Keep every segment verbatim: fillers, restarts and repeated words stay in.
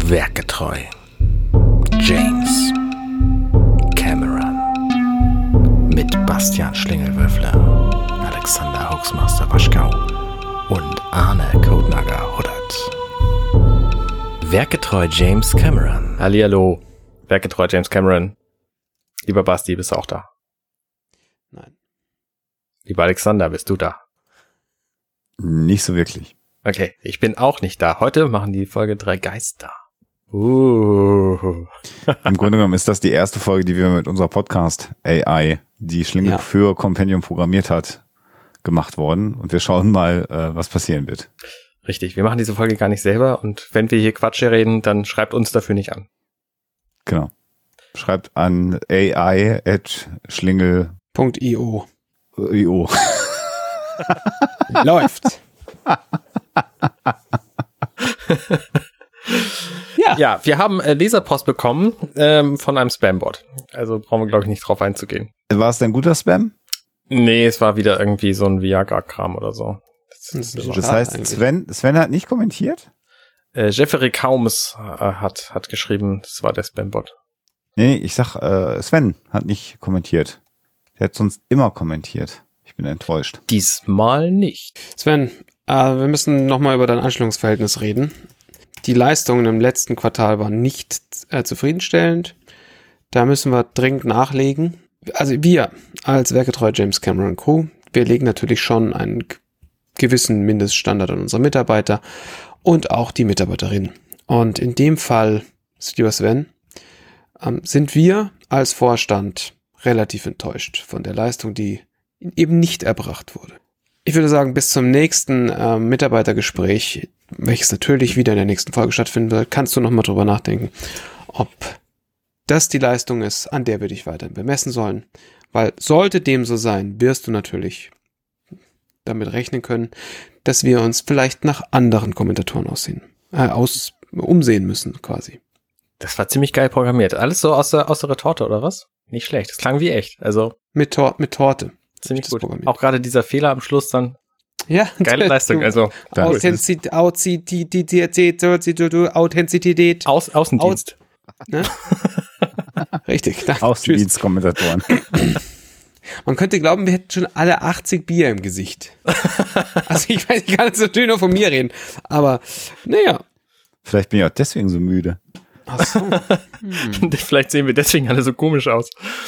Werkgetreu. James Cameron. Mit Bastian Schlingelwürfler, Alexander Hoaxmaster Waschkau und Arne Codenager Huddert. Werkgetreu James Cameron. Hallihallo. Werkgetreu James Cameron. Lieber Basti, bist du auch da? Nein. Lieber Alexander, bist du da? Nicht so wirklich. Okay, ich bin auch nicht da. Heute machen die Folge drei Geister. Uh. Im Grunde genommen ist das die erste Folge, die wir mit unserer Podcast A I, die Schlingel ja. für Compendium programmiert hat, gemacht worden. Und wir schauen mal, äh, was passieren wird. Richtig, wir machen diese Folge gar nicht selber. Und wenn wir hier Quatsch reden, dann schreibt uns dafür nicht an. Genau. Schreibt an A I at schlingel Punkt io. io. Läuft. ja. ja, wir haben äh, Leserpost bekommen ähm, von einem Spambot. Also brauchen wir, glaube ich, nicht drauf einzugehen. War es denn guter Spam? Nee, es war wieder irgendwie so ein Viagra-Kram oder so. Das, das, das, das heißt, Sven, Sven hat nicht kommentiert? Äh, Jeffrey Kaums äh, hat, hat geschrieben, das war der Spambot. Nee, ich sag, äh, Sven hat nicht kommentiert. Der hat sonst immer kommentiert. Ich bin enttäuscht. Diesmal nicht. Sven, äh, wir müssen nochmal über dein Anstellungsverhältnis reden. Die Leistungen im letzten Quartal waren nicht äh, zufriedenstellend. Da müssen wir dringend nachlegen. Also wir als Werkgetreu James Cameron Crew, wir legen natürlich schon einen gewissen Mindeststandard an unsere Mitarbeiter und auch die Mitarbeiterinnen. Und in dem Fall, lieber Sven, ähm, sind wir als Vorstand relativ enttäuscht von der Leistung, die eben nicht erbracht wurde. Ich würde sagen, bis zum nächsten äh, Mitarbeitergespräch, welches natürlich wieder in der nächsten Folge stattfinden wird, kannst du nochmal drüber nachdenken, ob das die Leistung ist, an der wir dich weiterhin bemessen sollen. Weil sollte dem so sein, wirst du natürlich damit rechnen können, dass wir uns vielleicht nach anderen Kommentatoren aussehen, äh, aus, umsehen müssen quasi. Das war ziemlich geil programmiert. Alles so aus der, aus der Retorte, oder was? Nicht schlecht. Das klang wie echt. Also mit, Tor- mit Torte. Ziemlich gut. Auch gerade dieser Fehler am Schluss dann. Ja. Geile Leistung. Also Authentizität. Authentizität. Aus, Außendienst. Aus, ne? Richtig. Außendienstkommentatoren. Man könnte glauben, wir hätten schon alle achtzig Bier im Gesicht. Also ich weiß, ich kann jetzt natürlich nur von mir reden. Aber, naja. Vielleicht bin ich auch deswegen so müde. Ach so. Hm. Vielleicht sehen wir deswegen alle so komisch aus.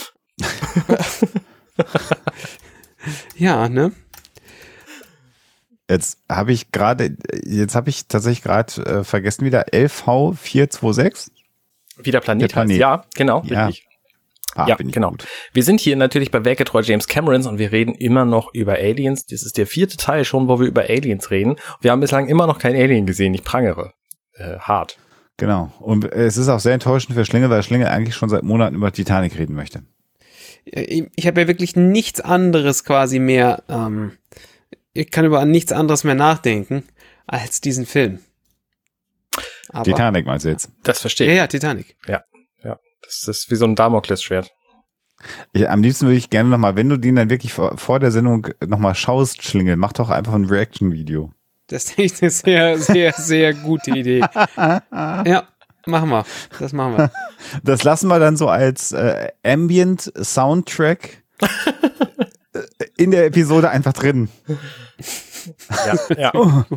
Ja, ne? Jetzt habe ich gerade, jetzt habe ich tatsächlich gerade äh, vergessen wieder L V vier zwei sechs. Wie der Planet, der Planet. heißt. Ja, genau, ja. richtig. Ah, ja, bin ich genau. Gut. Wir sind hier natürlich bei Werkgetreu James Camerons und wir reden immer noch über Aliens. Das ist der vierte Teil schon, wo wir über Aliens reden. Wir haben bislang immer noch kein Alien gesehen. Ich prangere. Äh, hart. Genau. Und es ist auch sehr enttäuschend für Schlingel, weil Schlingel eigentlich schon seit Monaten über Titanic reden möchte. Ich, ich habe ja wirklich nichts anderes quasi mehr, ähm, ich kann über nichts anderes mehr nachdenken, als diesen Film. Aber, Titanic meinst du jetzt? Das verstehe ich. Ja, ja, Titanic. Ja, ja. Das ist wie so ein Damoklesschwert. Ich, am liebsten würde ich gerne nochmal, wenn du den dann wirklich vor, vor der Sendung nochmal schaust, Schlingel, mach doch einfach ein Reaction-Video. Das ist eine sehr, sehr, sehr gute Idee. Ja, machen wir. Das machen wir. Das lassen wir dann so als äh, Ambient-Soundtrack in der Episode einfach drin. Ja, ja.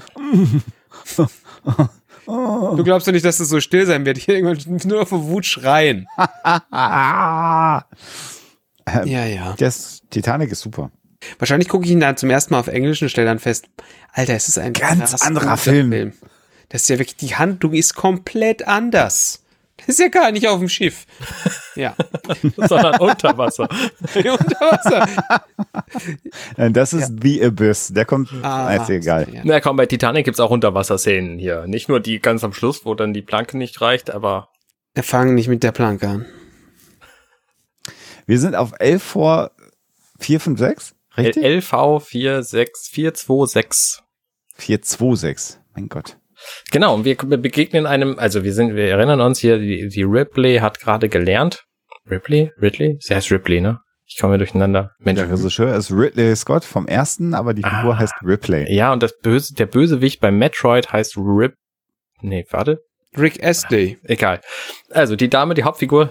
Du glaubst doch nicht, dass es so still sein wird. Ich irgendwann nur vor Wut schreien. ja, ja. Das Titanic ist super. Wahrscheinlich gucke ich ihn dann zum ersten Mal auf Englisch und stelle dann fest, Alter, es ist ein ganz anderer Film. Film. Das ist ja wirklich, die Handlung ist komplett anders. Das ist ja gar nicht auf dem Schiff. Ja. Sondern unter Wasser. Unter Wasser. Das ist ja. The Abyss. Der kommt, ah, ist egal. Ja. Na komm, bei Titanic gibt's auch Unterwasserszenen hier. Nicht nur die ganz am Schluss, wo dann die Planke nicht reicht, aber... Wir fangen nicht mit der Planke an. Wir sind auf L V vier fünf sechs, richtig? L V vier sechs vier zwei sechs. vier zwei sechs, mein Gott. Genau, und wir begegnen einem, also wir sind, wir erinnern uns hier, die, die Ripley hat gerade gelernt. Ripley? Ridley? Sie heißt Ripley, ne? Ich komme durcheinander. Mensch. Der Regisseur ist Ridley Scott vom ersten, aber die Figur ah, heißt Ripley. Ja, und das Böse, der Bösewicht bei Metroid heißt Rip, nee, warte. Rick Astley. Egal. Also die Dame, die Hauptfigur,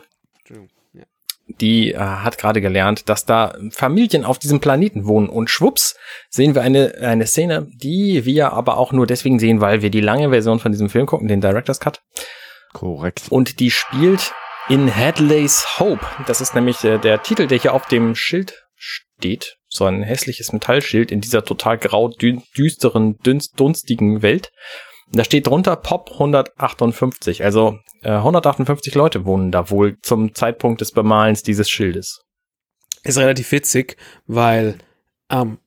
die äh, hat gerade gelernt, dass da Familien auf diesem Planeten wohnen. Und schwupps sehen wir eine eine Szene, die wir aber auch nur deswegen sehen, weil wir die lange Version von diesem Film gucken, den Director's Cut. Korrekt. Und die spielt in Hadley's Hope. Das ist nämlich äh, der Titel, der hier auf dem Schild steht. So ein hässliches Metallschild in dieser total grau, dü- düsteren, dünst, dunstigen Welt. Da steht drunter Pop hundertachtundfünfzig. Also äh, hundertachtundfünfzig Leute wohnen da wohl zum Zeitpunkt des Bemalens dieses Schildes. Ist relativ witzig, weil ähm,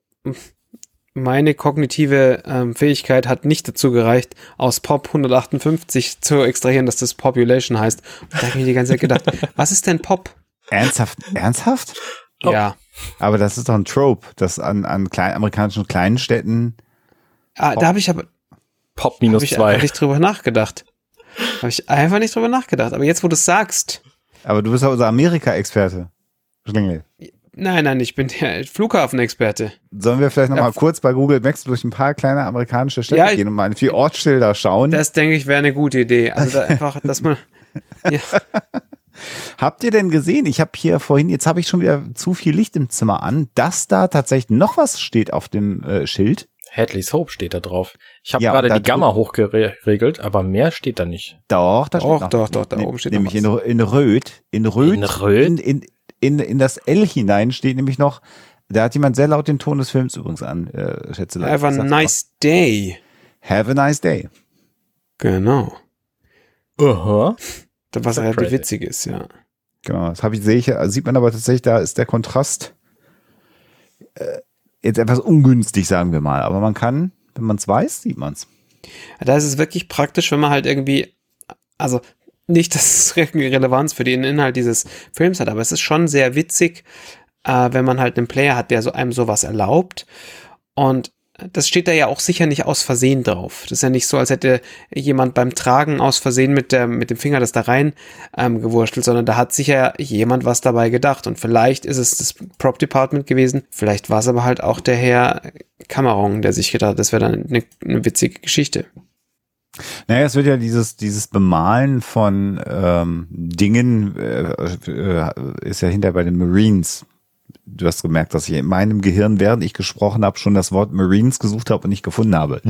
meine kognitive ähm, Fähigkeit hat nicht dazu gereicht, aus Pop hundertachtundfünfzig zu extrahieren, dass das Population heißt. Und da habe ich mir die ganze Zeit gedacht, was ist denn Pop? Ernsthaft? Ernsthaft? Oh. Ja. Aber das ist doch ein Trope, dass an, an kleinen, amerikanischen kleinen Städten. Ah, da habe ich aber Pop minus hab ich zwei. einfach nicht drüber nachgedacht. Habe ich einfach nicht drüber nachgedacht. Aber jetzt, wo du es sagst. Aber du bist ja unser Amerika-Experte. Schlingel. Nein, nein, ich bin der Flughafenexperte. Sollen wir vielleicht noch Ja. mal kurz bei Google Maps durch ein paar kleine amerikanische Städte Ja, ich- gehen und mal auf die Ortsschilder schauen? Das, denke ich, wäre eine gute Idee. Also da einfach, dass man. Ja. Habt ihr denn gesehen, ich habe hier vorhin, jetzt habe ich schon wieder zu viel Licht im Zimmer an, dass da tatsächlich noch was steht auf dem äh, Schild? Hadley's Hope steht da drauf. Ich habe Ja, gerade da die Gamma hochgeregelt, aber mehr steht da nicht. Doch, da steht Doch, noch. doch, doch, da Ne- oben steht Nämlich noch in, in Röth. In Röth. In Röth? In, in, in, in das L hinein steht nämlich noch, da hat jemand sehr laut den Ton des Films übrigens an, äh, schätze. Have a nice day. Have a nice day. Genau. Aha. Was Das ist relativ crazy. witzig ist, ja. Genau, das habe ich, sehe ich, also sieht man aber tatsächlich, da ist der Kontrast äh, jetzt etwas ungünstig, sagen wir mal. Aber man kann, wenn man es weiß, sieht man es. Da ist es wirklich praktisch, wenn man halt irgendwie, also nicht, dass es irgendwie Relevanz für den Inhalt dieses Films hat, aber es ist schon sehr witzig, äh, wenn man halt einen Player hat, der so einem sowas erlaubt. Und das steht da ja auch sicher nicht aus Versehen drauf. Das ist ja nicht so, als hätte jemand beim Tragen aus Versehen mit, der, mit dem Finger das da rein ähm, gewurschtelt, sondern da hat sicher jemand was dabei gedacht. Und vielleicht ist es das Prop Department gewesen, vielleicht war es aber halt auch der Herr Cameron, der sich gedacht hat, das wäre dann eine, eine witzige Geschichte. Naja, es wird ja dieses, dieses Bemalen von ähm, Dingen äh, äh, ist ja hinter bei den Marines. Du hast gemerkt, dass ich in meinem Gehirn, während ich gesprochen habe, schon das Wort Marines gesucht habe und nicht gefunden habe.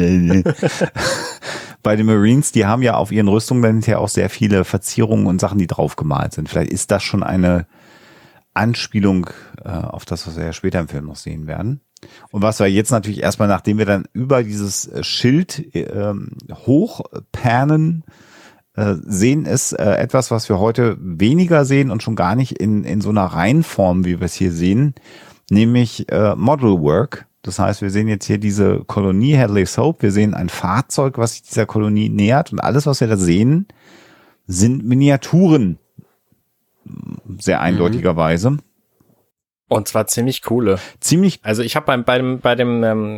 Bei den Marines, die haben ja auf ihren Rüstungen dann hinterher auch sehr viele Verzierungen und Sachen, die drauf gemalt sind. Vielleicht ist das schon eine Anspielung äh, auf das, was wir ja später im Film noch sehen werden. Und was wir jetzt natürlich erstmal, nachdem wir dann über dieses Schild ähm, hochpernen, äh, sehen, ist äh, etwas, was wir heute weniger sehen und schon gar nicht in, in so einer Reihenform, wie wir es hier sehen, nämlich äh, Model Work. Das heißt, wir sehen jetzt hier diese Kolonie Hadley's Hope, wir sehen ein Fahrzeug, was sich dieser Kolonie nähert und alles, was wir da sehen, sind Miniaturen. Sehr eindeutigerweise. Und zwar ziemlich coole. Ziemlich. Also ich habe beim bei dem bei dem ähm,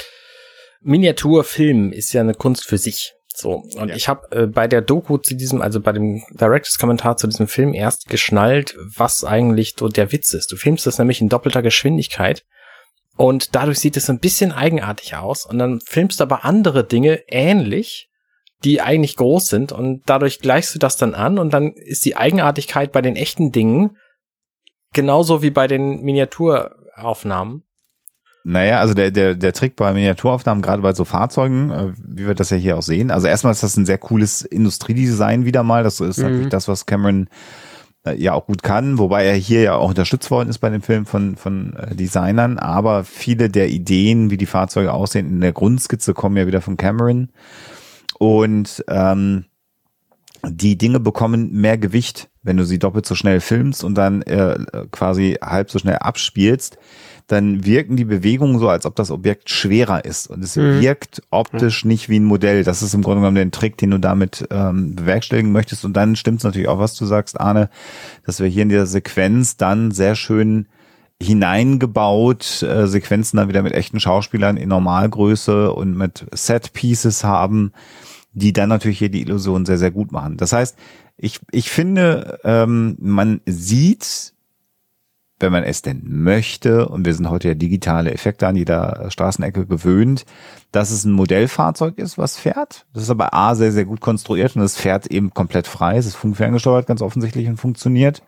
Miniaturfilm ist ja eine Kunst für sich. So, und Ja. ich habe äh, bei der Doku zu diesem, also bei dem Directors-Kommentar zu diesem Film erst geschnallt, was eigentlich so der Witz ist. Du filmst das nämlich in doppelter Geschwindigkeit und dadurch sieht es ein bisschen eigenartig aus und dann filmst du aber andere Dinge ähnlich, die eigentlich groß sind und dadurch gleichst du das dann an und dann ist die Eigenartigkeit bei den echten Dingen genauso wie bei den Miniaturaufnahmen. Naja, also der, der, der Trick bei Miniaturaufnahmen, gerade bei so Fahrzeugen, äh, wie wir das ja hier auch sehen. Also erstmal ist das ein sehr cooles Industriedesign wieder mal. Das ist Mhm. natürlich das, was Cameron äh, ja auch gut kann, wobei er hier ja auch unterstützt worden ist bei dem Film von, von äh, Designern. Aber viele der Ideen, wie die Fahrzeuge aussehen, in der Grundskizze kommen ja wieder von Cameron. Und ähm, die Dinge bekommen mehr Gewicht, wenn du sie doppelt so schnell filmst und dann äh, quasi halb so schnell abspielst, dann wirken die Bewegungen so, als ob das Objekt schwerer ist. Und es Mhm. wirkt optisch nicht wie ein Modell. Das ist im Grunde genommen der Trick, den du damit ähm, bewerkstelligen möchtest. Und dann stimmt es natürlich auch, was du sagst, Arne, dass wir hier in dieser Sequenz dann sehr schön hineingebaut, äh, Sequenzen dann wieder mit echten Schauspielern in Normalgröße und mit Set-Pieces haben, die dann natürlich hier die Illusion sehr, sehr gut machen. Das heißt, ich, ich finde, ähm, man sieht wenn man es denn möchte, und wir sind heute ja digitale Effekte an jeder Straßenecke gewöhnt, dass es ein Modellfahrzeug ist, was fährt. Das ist aber A, sehr, sehr gut konstruiert und es fährt eben komplett frei. Es ist funkferngesteuert, ganz offensichtlich, und funktioniert.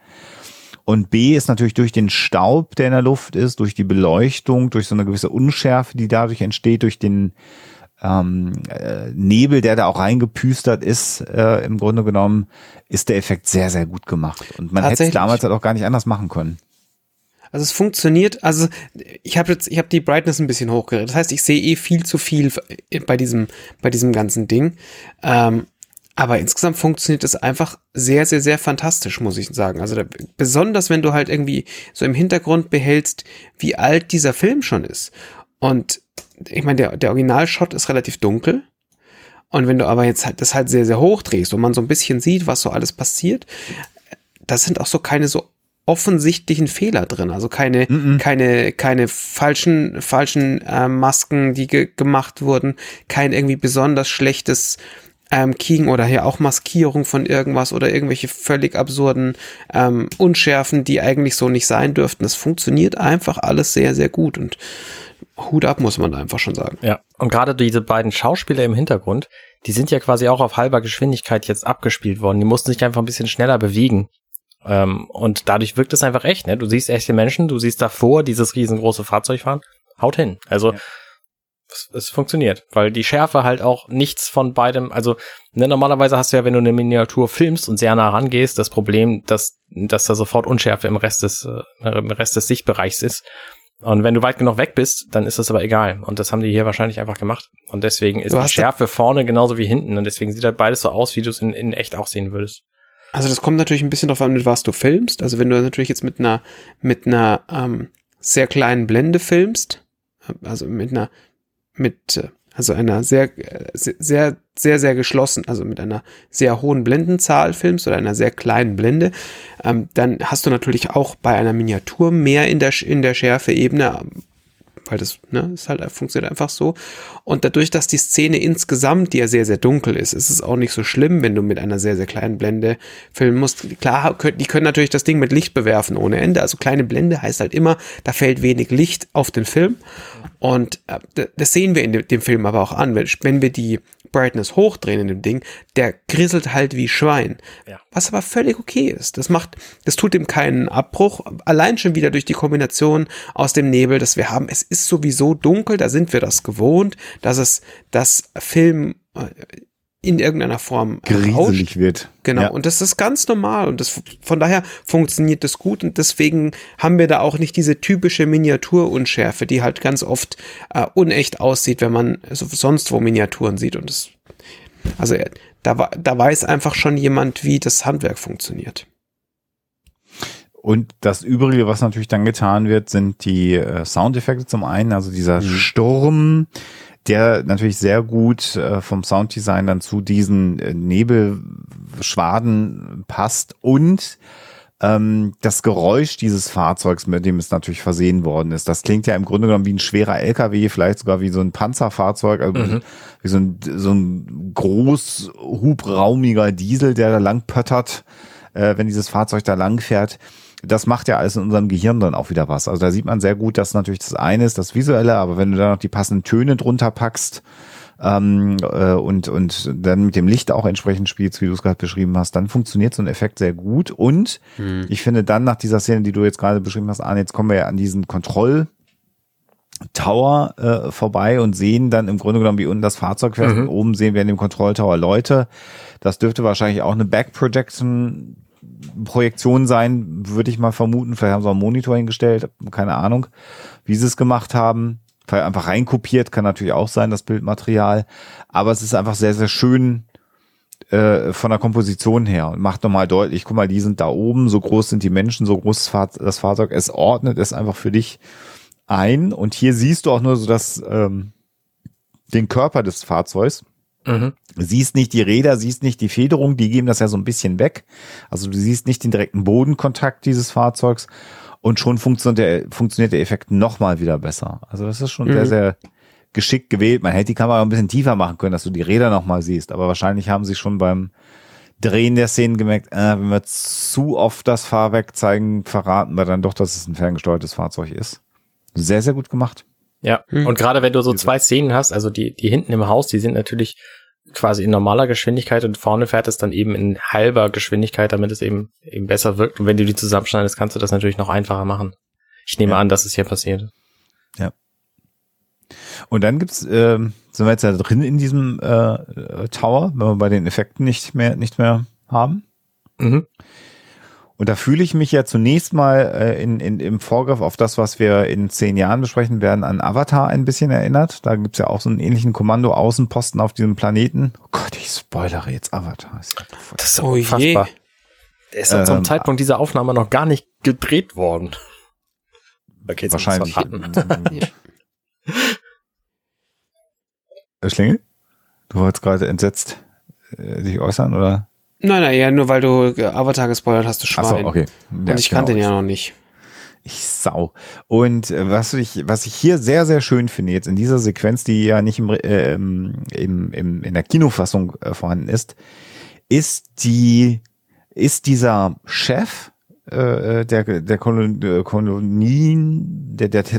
Und B ist natürlich durch den Staub, der in der Luft ist, durch die Beleuchtung, durch so eine gewisse Unschärfe, die dadurch entsteht, durch den ähm, äh, Nebel, der da auch reingepüstert ist, äh, im Grunde genommen, ist der Effekt sehr, sehr gut gemacht. Und man hätte es damals halt auch gar nicht anders machen können. Also es funktioniert, also ich habe jetzt, ich habe die Brightness ein bisschen hochgeredet. Das heißt, ich sehe eh viel zu viel bei diesem, bei diesem ganzen Ding. Ähm, aber insgesamt funktioniert es einfach sehr, sehr, sehr fantastisch, muss ich sagen. Also da, besonders wenn du halt irgendwie so im Hintergrund behältst, wie alt dieser Film schon ist. Und ich meine, der, der Originalshot ist relativ dunkel. Und wenn du aber jetzt halt das halt sehr, sehr hoch drehst und man so ein bisschen sieht, was so alles passiert, das sind auch so keine so offensichtlichen Fehler drin, also keine mm-mm. keine keine falschen falschen äh, Masken, die ge- gemacht wurden, kein irgendwie besonders schlechtes ähm, Keying oder hier auch Maskierung von irgendwas oder irgendwelche völlig absurden ähm, Unschärfen, die eigentlich so nicht sein dürften. Das funktioniert einfach alles sehr, sehr gut und Hut ab, muss man einfach schon sagen. Ja, und gerade diese beiden Schauspieler im Hintergrund, die sind ja quasi auch auf halber Geschwindigkeit jetzt abgespielt worden. Die mussten sich einfach ein bisschen schneller bewegen. Ähm, und dadurch wirkt es einfach echt, ne? Du siehst echte Menschen, du siehst davor dieses riesengroße Fahrzeug fahren, haut hin. Also ja. es, es funktioniert, weil die Schärfe halt auch nichts von beidem, also ne, normalerweise hast du ja, wenn du eine Miniatur filmst und sehr nah rangehst, das Problem, dass, dass da sofort Unschärfe im Rest des, äh, im Rest des Sichtbereichs ist. Und wenn du weit genug weg bist, dann ist das aber egal. Und das haben die hier wahrscheinlich einfach gemacht. Und deswegen ist die Schärfe vorne genauso wie hinten. Und deswegen sieht halt beides so aus, wie du es in, in echt auch sehen würdest. Also das kommt natürlich ein bisschen drauf an, mit was du filmst. Also wenn du natürlich jetzt mit einer mit einer ähm, sehr kleinen Blende filmst, also mit einer mit also einer sehr sehr sehr sehr geschlossen, also mit einer sehr hohen Blendenzahl filmst oder einer sehr kleinen Blende, ähm, dann hast du natürlich auch bei einer Miniatur mehr in der in der Schärfeebene, weil das, ne, ist halt, funktioniert einfach so. Und dadurch, dass die Szene insgesamt, die ja sehr, sehr dunkel ist, ist es auch nicht so schlimm, wenn du mit einer sehr, sehr kleinen Blende filmen musst. Klar, die können natürlich das Ding mit Licht bewerfen ohne Ende. Also kleine Blende heißt halt immer, da fällt wenig Licht auf den Film. Und äh, das sehen wir in dem, dem Film aber auch an. Wenn, wenn wir die Brightness hochdrehen in dem Ding, der grisselt halt wie Schwein. Ja. Was aber völlig okay ist. Das macht, das tut ihm keinen Abbruch. Allein schon wieder durch die Kombination aus dem Nebel, das wir haben. Es ist sowieso dunkel, da sind wir das gewohnt, dass es, das Film äh, in irgendeiner Form äh, grieselig wird. Genau. Ja. Und das ist ganz normal. Und das, von daher funktioniert das gut. Und deswegen haben wir da auch nicht diese typische Miniaturunschärfe, die halt ganz oft äh, unecht aussieht, wenn man so sonst wo Miniaturen sieht. Und das, also da, da weiß einfach schon jemand, wie das Handwerk funktioniert. Und das Übrige, was natürlich dann getan wird, sind die äh, Soundeffekte zum einen, also dieser mhm. Sturm, der natürlich sehr gut äh, vom Sounddesign dann zu diesen äh, Nebelschwaden passt und ähm, das Geräusch dieses Fahrzeugs, mit dem es natürlich versehen worden ist, das klingt ja im Grunde genommen wie ein schwerer L K W, vielleicht sogar wie so ein Panzerfahrzeug, also mhm. wie so ein, so ein groß hubraumiger Diesel, der da lang pöttert, äh, wenn dieses Fahrzeug da lang fährt. Das macht ja alles in unserem Gehirn dann auch wieder was. Also da sieht man sehr gut, dass natürlich das eine ist, das Visuelle, aber wenn du da noch die passenden Töne drunter packst ähm, äh, und und dann mit dem Licht auch entsprechend spielst, wie du es gerade beschrieben hast, dann funktioniert so ein Effekt sehr gut. Und hm. ich finde dann nach dieser Szene, die du jetzt gerade beschrieben hast, Arne, jetzt kommen wir ja an diesen Kontroll Tower äh, vorbei und sehen dann im Grunde genommen, wie unten das Fahrzeug fährt. Mhm. Und oben sehen wir in dem Kontrolltower Leute. Das dürfte wahrscheinlich auch eine Back-Projection Projektion sein, würde ich mal vermuten. Vielleicht haben sie auch einen Monitor hingestellt, keine Ahnung, wie sie es gemacht haben. Vielleicht einfach reinkopiert, kann natürlich auch sein, das Bildmaterial. Aber es ist einfach sehr, sehr schön äh, von der Komposition her und macht nochmal deutlich, guck mal, die sind da oben, so groß sind die Menschen, so groß ist das Fahrzeug. Es ordnet es einfach für dich ein. Und hier siehst du auch nur so das, ähm, den Körper des Fahrzeugs. Mhm. Siehst nicht die Räder, siehst nicht die Federung, die geben das ja so ein bisschen weg. Also du siehst nicht den direkten Bodenkontakt dieses Fahrzeugs und schon funktioniert der, funktioniert der Effekt nochmal wieder besser. Also das ist schon mhm. sehr, sehr geschickt gewählt. Man hätte die Kamera ein bisschen tiefer machen können, dass du die Räder nochmal siehst, aber wahrscheinlich haben sie schon beim Drehen der Szenen gemerkt, äh, wenn wir zu oft das Fahrwerk zeigen, verraten wir dann doch, dass es ein ferngesteuertes Fahrzeug ist. Sehr, sehr gut gemacht. Ja, hm. Und gerade wenn du so zwei Szenen hast, also die, die hinten im Haus, die sind natürlich quasi in normaler Geschwindigkeit und vorne fährt es dann eben in halber Geschwindigkeit, damit es eben eben besser wirkt. Und wenn du die zusammenschneidest, kannst du das natürlich noch einfacher machen. Ich nehme ja. an, dass es hier passiert. Ja. Und dann gibt's, äh, sind wir jetzt da drin in diesem äh, Tower, wenn wir bei den Effekten nicht mehr nicht mehr haben. Mhm. Und da fühle ich mich ja zunächst mal äh, in, in, im Vorgriff auf das, was wir in zehn Jahren besprechen werden, an Avatar ein bisschen erinnert. Da gibt's ja auch so einen ähnlichen Kommando-Außenposten auf diesem Planeten. Oh Gott, ich spoilere jetzt Avatar. Das ist, das ist oh unfassbar. Je. Der ist ähm, zum Zeitpunkt dieser Aufnahme noch gar nicht gedreht worden. Okay, jetzt wahrscheinlich. Schlingel? Du wolltest gerade entsetzt äh, dich äußern, oder? Nein, nein, ja, nur weil du Avatar gespoilert hast, du Schwein. Ach so, okay. Ja, und ich kannte genau. den ja noch nicht. Ich sau. Und äh, was ich, was ich hier sehr, sehr schön finde, jetzt in dieser Sequenz, die ja nicht im, äh, im, im, im, in der Kinofassung äh, vorhanden ist, ist die, ist dieser Chef äh, der, der Kolonien, der, der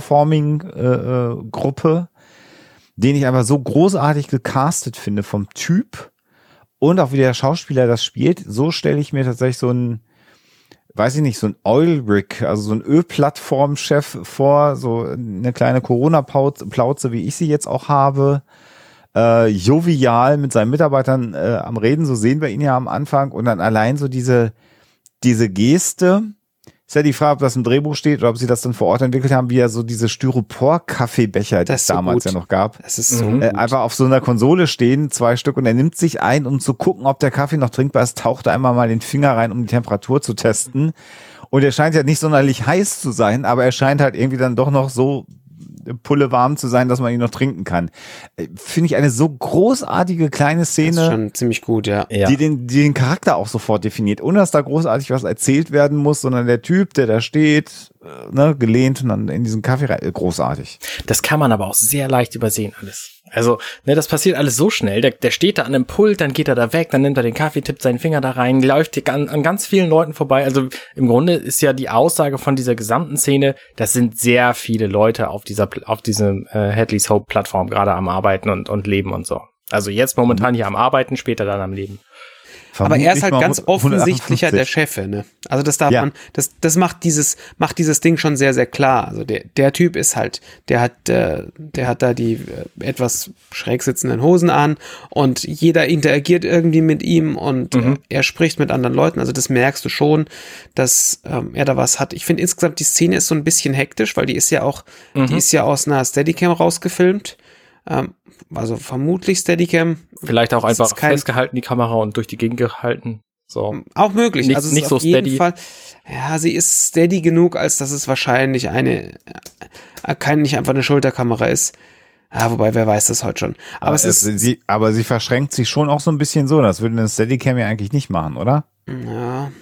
Terraforming-Gruppe, äh, den ich aber so großartig gecastet finde vom Typ und auch wie der Schauspieler das spielt. So stelle ich mir tatsächlich so ein, weiß ich nicht, so ein Oil Rig, also so ein Ölplattformchef vor, so eine kleine Corona-Plauze, wie ich sie jetzt auch habe. Äh, jovial mit seinen Mitarbeitern äh, am Reden, so sehen wir ihn ja am Anfang. Und dann allein so diese, diese Geste. Ist ja die Frage, ob das im Drehbuch steht oder ob sie das dann vor Ort entwickelt haben, wie ja so diese Styropor-Kaffeebecher, die es so damals gut. ja noch gab. Das ist so äh, einfach auf so einer Konsole stehen, zwei Stück, und er nimmt sich ein, um zu gucken, ob der Kaffee noch trinkbar ist, taucht er einmal mal den Finger rein, um die Temperatur zu testen. Und er scheint ja nicht sonderlich heiß zu sein, aber er scheint halt irgendwie dann doch noch so pulle warm zu sein, dass man ihn noch trinken kann. Finde ich eine so großartige kleine Szene. Das ist schon ziemlich gut, ja. Die den, die den Charakter auch sofort definiert, ohne dass da großartig was erzählt werden muss, sondern der Typ, der da steht, ne, gelehnt und dann in diesen Kaffee rein, großartig. Das kann man aber auch sehr leicht übersehen alles. Also, ne, das passiert alles so schnell. Der, der steht da an einem Pult, dann geht er da weg, dann nimmt er den Kaffee, tippt seinen Finger da rein, läuft an, an ganz vielen Leuten vorbei. Also im Grunde ist ja die Aussage von dieser gesamten Szene, das sind sehr viele Leute auf dieser auf diesem äh, Hadley's Hope Plattform gerade am Arbeiten und und leben und so. Also jetzt momentan hier am Arbeiten, später dann am Leben. Aber er ist halt ganz offensichtlich ja der Chef, ne? Also das darf ja. man, das, das macht dieses, macht dieses Ding schon sehr, sehr klar. Also der, der Typ ist halt, der hat, äh, der hat da die äh, etwas schräg sitzenden Hosen an und jeder interagiert irgendwie mit ihm und mhm. äh, er spricht mit anderen Leuten. Also das merkst du schon, dass ähm, er da was hat. Ich finde insgesamt die Szene ist so ein bisschen hektisch, weil die ist ja auch, mhm. die ist ja aus einer Steadicam rausgefilmt. Ähm, also vermutlich Steadicam. Vielleicht auch einfach festgehalten, die Kamera, und durch die Gegend gehalten. So. Auch möglich. Nicht, also nicht so auf jeden steady. Fall, ja, sie ist steady genug, als dass es wahrscheinlich eine, äh, kein, nicht einfach eine Schulterkamera ist. Ja, wobei, wer weiß das heute schon. Aber, aber es ist. Sie, aber sie verschränkt sich schon auch so ein bisschen so. Das würde eine Steadicam ja eigentlich nicht machen, oder? Ja.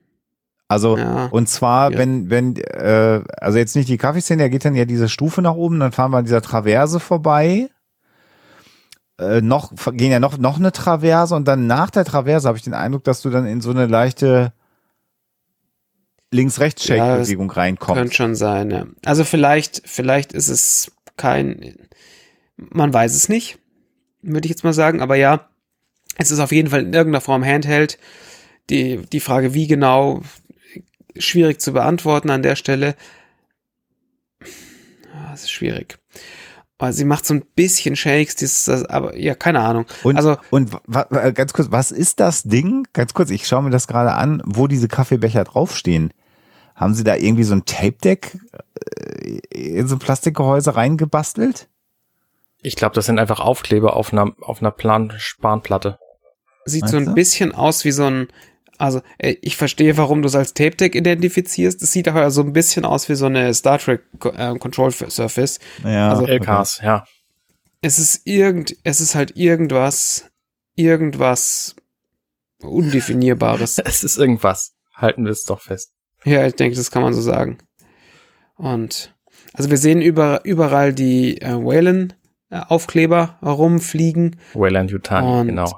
Also, ja. und zwar, ja. wenn, wenn, äh, also jetzt nicht die Kaffeeszene, da geht dann ja diese Stufe nach oben, dann fahren wir an dieser Traverse vorbei. Äh, noch, gehen ja noch, noch eine Traverse, und dann nach der Traverse habe ich den Eindruck, dass du dann in so eine leichte Links-Rechts-Shake-Bewegung ja, reinkommst. Könnte schon sein, ja. Also vielleicht, vielleicht ist es kein, man weiß es nicht, würde ich jetzt mal sagen, aber ja, es ist auf jeden Fall in irgendeiner Form Handheld. Die, die Frage, wie genau, schwierig zu beantworten an der Stelle. Das ist schwierig. Aber sie macht so ein bisschen Shakes, dieses, aber ja, keine Ahnung. Und, also, und w- ganz kurz, was ist das Ding? Ganz kurz, ich schaue mir das gerade an, wo diese Kaffeebecher draufstehen. Haben sie da irgendwie so ein Tape-Deck in so ein Plastikgehäuse reingebastelt? Ich glaube, das sind einfach Aufkleber auf einer, auf einer Plan-Spanplatte. Sieht Meinst so ein du? bisschen aus wie so ein, also ich verstehe, warum du es als Tape-Deck identifizierst. Es sieht aber so ein bisschen aus wie so eine Star Trek äh, Control Surface. Ja, also L Ks, okay. ja. Es ist irgend, es ist halt irgendwas, irgendwas Undefinierbares. Es ist irgendwas. Halten wir es doch fest. Ja, ich denke, das kann man so sagen. Und also wir sehen über, überall die äh, Wayland-Aufkleber herumfliegen. Wayland Yutani, genau.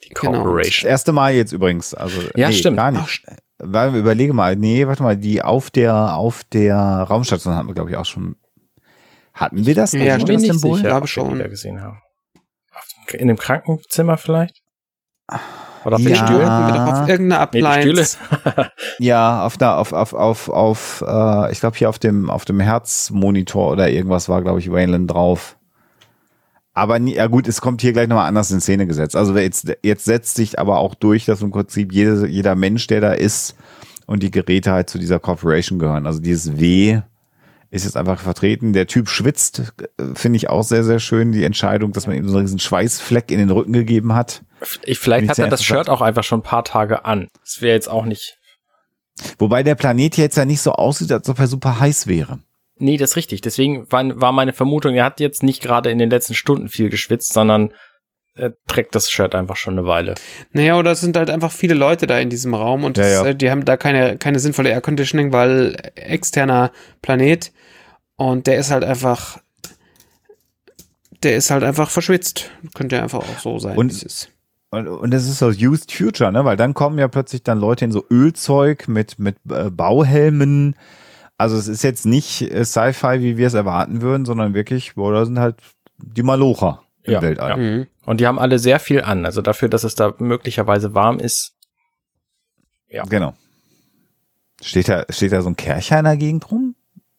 Die Genau. Das Corporation. erste Mal jetzt übrigens. Also, Ja, stimmt. Gar nicht. Weil, überlege mal, nee, warte mal, die auf der, auf der Raumstation hatten wir, glaube ich, auch schon. Hatten wir das? Ja, Ich stimmt. bin nicht Symbol? sicher, Glaube ob wir schon. die da gesehen haben. In dem Krankenzimmer vielleicht? Oder auf den Ja. Stühlen? Hatten wir doch auf irgendeiner Nee, die Stühle. Appliance. Ja, auf der, auf, auf, auf, auf, äh, ich glaube hier auf dem, auf dem Herzmonitor oder irgendwas war, glaube ich, Wayland drauf. Aber nie, ja gut, es kommt hier gleich nochmal anders in Szene gesetzt. Also jetzt, jetzt setzt sich aber auch durch, dass im Prinzip jede, jeder Mensch, der da ist und die Geräte halt zu dieser Corporation gehören. Also dieses W ist jetzt einfach vertreten. Der Typ schwitzt, finde ich auch sehr, sehr schön. Die Entscheidung, dass man ihm so einen riesen Schweißfleck in den Rücken gegeben hat. Ich, vielleicht Bin ich hat sehr er das interessant. Shirt auch einfach schon ein paar Tage an. Das wäre jetzt auch nicht. Wobei der Planet jetzt ja nicht so aussieht, als ob er super heiß wäre. Nee, das ist richtig. Deswegen war, war meine Vermutung, er hat jetzt nicht gerade in den letzten Stunden viel geschwitzt, sondern er trägt das Shirt einfach schon eine Weile. Naja, oder es sind halt einfach viele Leute da in diesem Raum und Ja, das, ja. äh, die haben da keine, keine sinnvolle Air Conditioning, weil externer Planet und der ist halt einfach, der ist halt einfach verschwitzt. Könnte ja einfach auch so sein. Und- wie es ist. Und, und das ist so Used Future, ne? Weil dann kommen ja plötzlich dann Leute in so Ölzeug mit, mit äh, Bauhelmen. Also es ist jetzt nicht äh, Sci-Fi, wie wir es erwarten würden, sondern wirklich, boah, da sind halt die Malocher im Ja, Weltall. ja. Mhm. Und die haben alle sehr viel an. Also dafür, dass es da möglicherweise warm ist. Ja. Genau. Steht da, steht da so ein Kercher in der Gegend rum?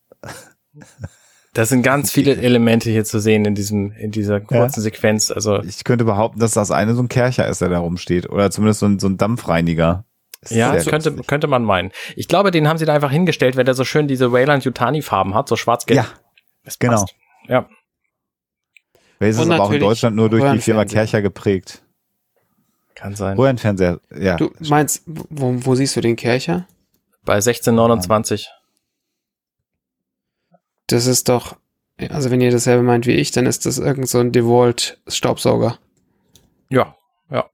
Da sind ganz viele Elemente hier zu sehen in diesem, in dieser kurzen Sequenz. Also Ich könnte behaupten, dass das eine so ein Kercher ist, der da rumsteht. Oder zumindest so ein, so ein Dampfreiniger. Das ist ja, sehr das könnte, lustig. könnte man meinen. Ich glaube, den haben sie da einfach hingestellt, weil der so schön diese Weyland-Yutani-Farben hat, so schwarz-gelb. Ja, Das genau. passt. Ja. Welches ist Und aber auch in natürlich Deutschland nur durch die Firma Röhrenfernseher. Kercher geprägt. Kann sein. Röhrenfernseher, ja. Du meinst, wo, wo siehst du den Kercher? Bei sechzehn neunundzwanzig. Das ist doch, also wenn ihr dasselbe meint wie ich, dann ist das irgend so ein DeWalt-Staubsauger. Ja, ja.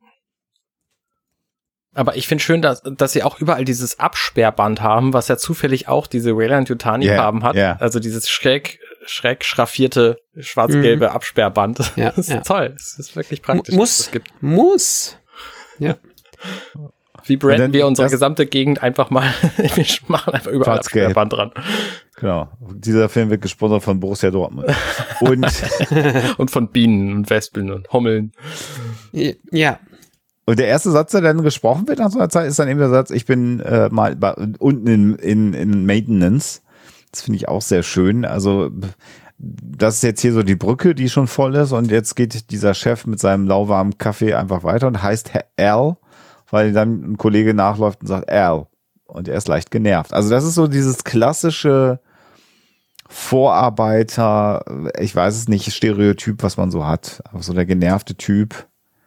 Aber ich finde schön, dass, dass sie auch überall dieses Absperrband haben, was ja zufällig auch diese Weyland-Yutani-Farben Ja, hat. ja. Also dieses schräg, schräg schraffierte schwarz-gelbe Absperrband. Ja, Das ist ja. toll. Das ist wirklich praktisch. Mu- dass es muss, das gibt. muss. Ja. Wie branden dann wir unsere das- gesamte Gegend einfach mal, wir machen einfach überall Schwarz-gelb. Absperrband dran. Genau. Dieser Film wird gesponsert von Borussia Dortmund. Und, Und von Bienen und Wespen und Hummeln. Ja. und der erste Satz, der dann gesprochen wird nach so einer Zeit, ist dann eben der Satz, ich bin äh, mal bei, unten in, in, in Maintenance. Das finde ich auch sehr schön. Also das ist jetzt hier so die Brücke, die schon voll ist und jetzt geht dieser Chef mit seinem lauwarmen Kaffee einfach weiter und heißt Al, weil dann ein Kollege nachläuft und sagt Al. Und er ist leicht genervt. Also das ist so dieses klassische Vorarbeiter, ich weiß es nicht, Stereotyp, was man so hat. Aber so der genervte Typ.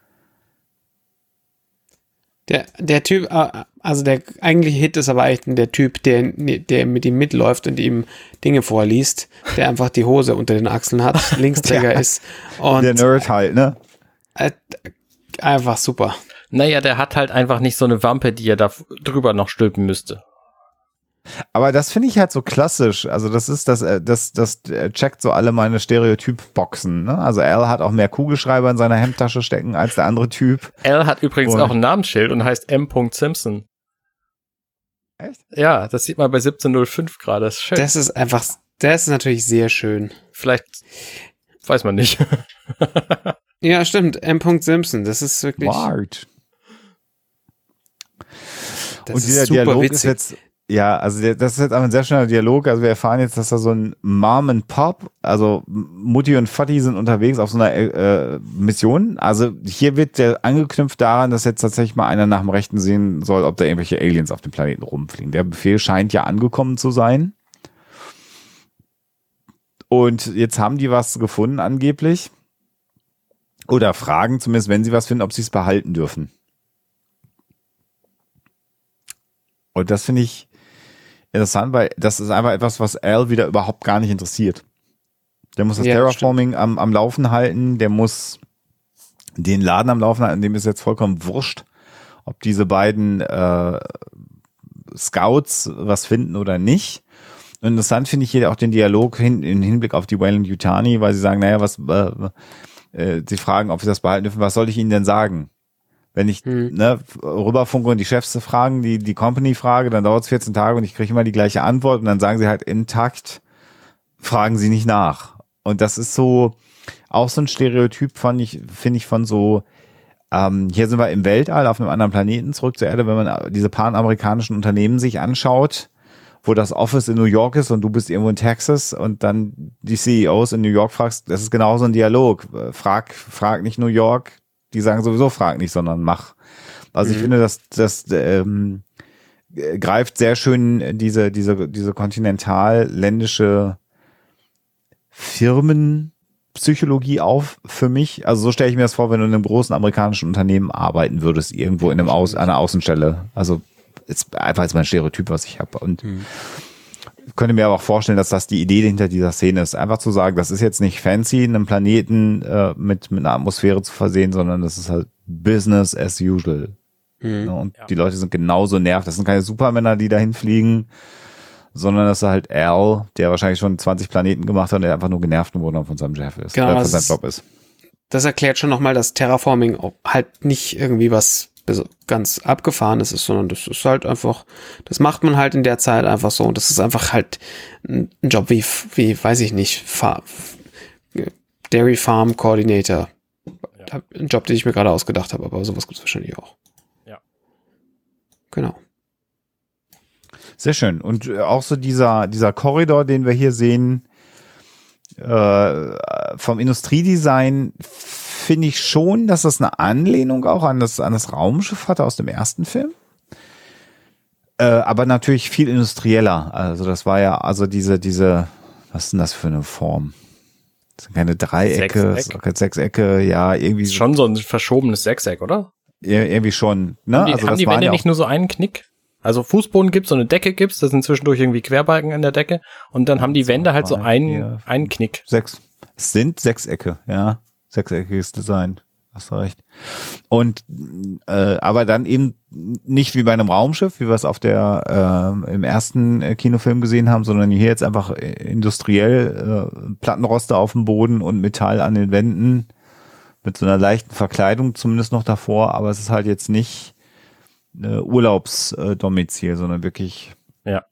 Der, der Typ, äh, also der eigentliche Hit ist aber eigentlich der Typ, der, der mit ihm mitläuft und ihm Dinge vorliest, der einfach die Hose unter den Achseln hat, Linksträger Ja. ist und Der Nerd halt, ne? äh, einfach super. Naja, der hat halt einfach nicht so eine Wampe, die er da drüber noch stülpen müsste. Aber das finde ich halt so klassisch. Also das ist das, äh, das, das äh, checkt so alle meine Stereotyp-Boxen. Ne? Also Al hat auch mehr Kugelschreiber in seiner Hemdtasche stecken als der andere Typ. Al hat übrigens Und- auch ein Namensschild und heißt M. Simpson. Echt? Ja, das sieht man bei siebzehn null fünf gerade. Das ist schön. Das ist einfach, das ist natürlich sehr schön. Vielleicht weiß man nicht. Ja, stimmt, M. Simpson, das ist wirklich, Smart. das Und ist dieser super Dialog witzig. ist jetzt, ja, also der, das ist jetzt aber ein sehr schöner Dialog. Also wir erfahren jetzt, dass da so ein Mom and Pop, also Mutti und Vati sind unterwegs auf so einer äh, Mission. Also hier wird der angeknüpft daran, dass jetzt tatsächlich mal einer nach dem Rechten sehen soll, ob da irgendwelche Aliens auf dem Planeten rumfliegen. Der Befehl scheint ja angekommen zu sein. Und jetzt haben die was gefunden angeblich. Oder fragen zumindest, wenn sie was finden, ob sie es behalten dürfen. Und das finde ich interessant, weil das ist einfach etwas, was Al wieder überhaupt gar nicht interessiert. Der muss das Ja, Terraforming am, am Laufen halten, der muss den Laden am Laufen halten, dem ist jetzt vollkommen wurscht, ob diese beiden äh, Scouts was finden oder nicht. Und interessant finde ich hier auch den Dialog hin, im Hinblick auf die Weyland-Yutani, weil sie sagen, naja, was, äh, äh, sie fragen, ob sie das behalten dürfen, was soll ich ihnen denn sagen? Wenn ich Hm. ne, rüberfunke und die Chefs fragen, die die Company frage, dann dauert es vierzehn Tage und ich kriege immer die gleiche Antwort und dann sagen sie halt intakt, fragen sie nicht nach. Und das ist so auch so ein Stereotyp von ich finde ich von so ähm, hier sind wir im Weltall auf einem anderen Planeten zurück zur Erde, wenn man diese panamerikanischen Unternehmen sich anschaut, wo das Office in New York ist und du bist irgendwo in Texas und dann die C E Os in New York fragst, das ist genauso ein Dialog. Frag, frag nicht New York, die sagen sowieso frag nicht, sondern mach. Also mhm. ich finde, das, das ähm, greift sehr schön diese, diese, diese kontinentalländische Firmenpsychologie auf für mich. Also so stelle ich mir das vor, wenn du in einem großen amerikanischen Unternehmen arbeiten würdest, irgendwo in einem Aus, einer Außenstelle. Also ist einfach jetzt mein Stereotyp, was ich habe. Und hm. könnte mir aber auch vorstellen, dass das die Idee hinter dieser Szene ist. Einfach zu sagen, das ist jetzt nicht fancy, einen Planeten äh, mit, mit einer Atmosphäre zu versehen, sondern das ist halt Business as usual. Hm. Ja, und ja. die Leute sind genauso nervt. Das sind keine Supermänner, die dahin fliegen, sondern das ist halt Al, der wahrscheinlich schon zwanzig Planeten gemacht hat und der einfach nur genervt wurde von seinem Chef ist. Genau, äh, von seinem Job ist. Das erklärt schon nochmal, dass Terraforming halt nicht irgendwie was ganz Abgefahrenes ist, sondern das ist halt einfach, das macht man halt in der Zeit einfach so und das ist einfach halt ein Job wie, wie weiß ich nicht, Fa- Dairy Farm Coordinator. Ja. Ein Job, den ich mir gerade ausgedacht habe, aber sowas gibt es wahrscheinlich auch. Ja. Genau. Sehr schön. Und auch so dieser, dieser Korridor, den wir hier sehen, äh, vom Industriedesign, finde ich schon, dass das eine Anlehnung auch an das, an das Raumschiff hatte aus dem ersten Film. Äh, aber natürlich viel industrieller. Also das war ja, also diese, diese, was ist denn das für eine Form? Das sind keine Dreiecke, Sechseck. das ist auch keine Sechsecke, ja, irgendwie. Das ist schon so ein verschobenes Sechseck, oder? Ja, irgendwie schon, ne? Haben die, also haben das die waren Wände ja nicht nur so einen Knick? Also Fußboden gibt's, so eine Decke gibt's, da sind zwischendurch irgendwie Querbalken an der Decke und dann haben die Wände halt so einen, vier, einen Knick. Sechs. Es sind Sechsecke, ja. Sechseckiges Design. Hast du recht. Und äh, aber dann eben nicht wie bei einem Raumschiff, wie wir es auf der äh, im ersten äh, Kinofilm gesehen haben, sondern hier jetzt einfach industriell äh, Plattenroste auf dem Boden und Metall an den Wänden mit so einer leichten Verkleidung zumindest noch davor, aber es ist halt jetzt nicht äh, Urlaubsdomizil, sondern wirklich. Ja.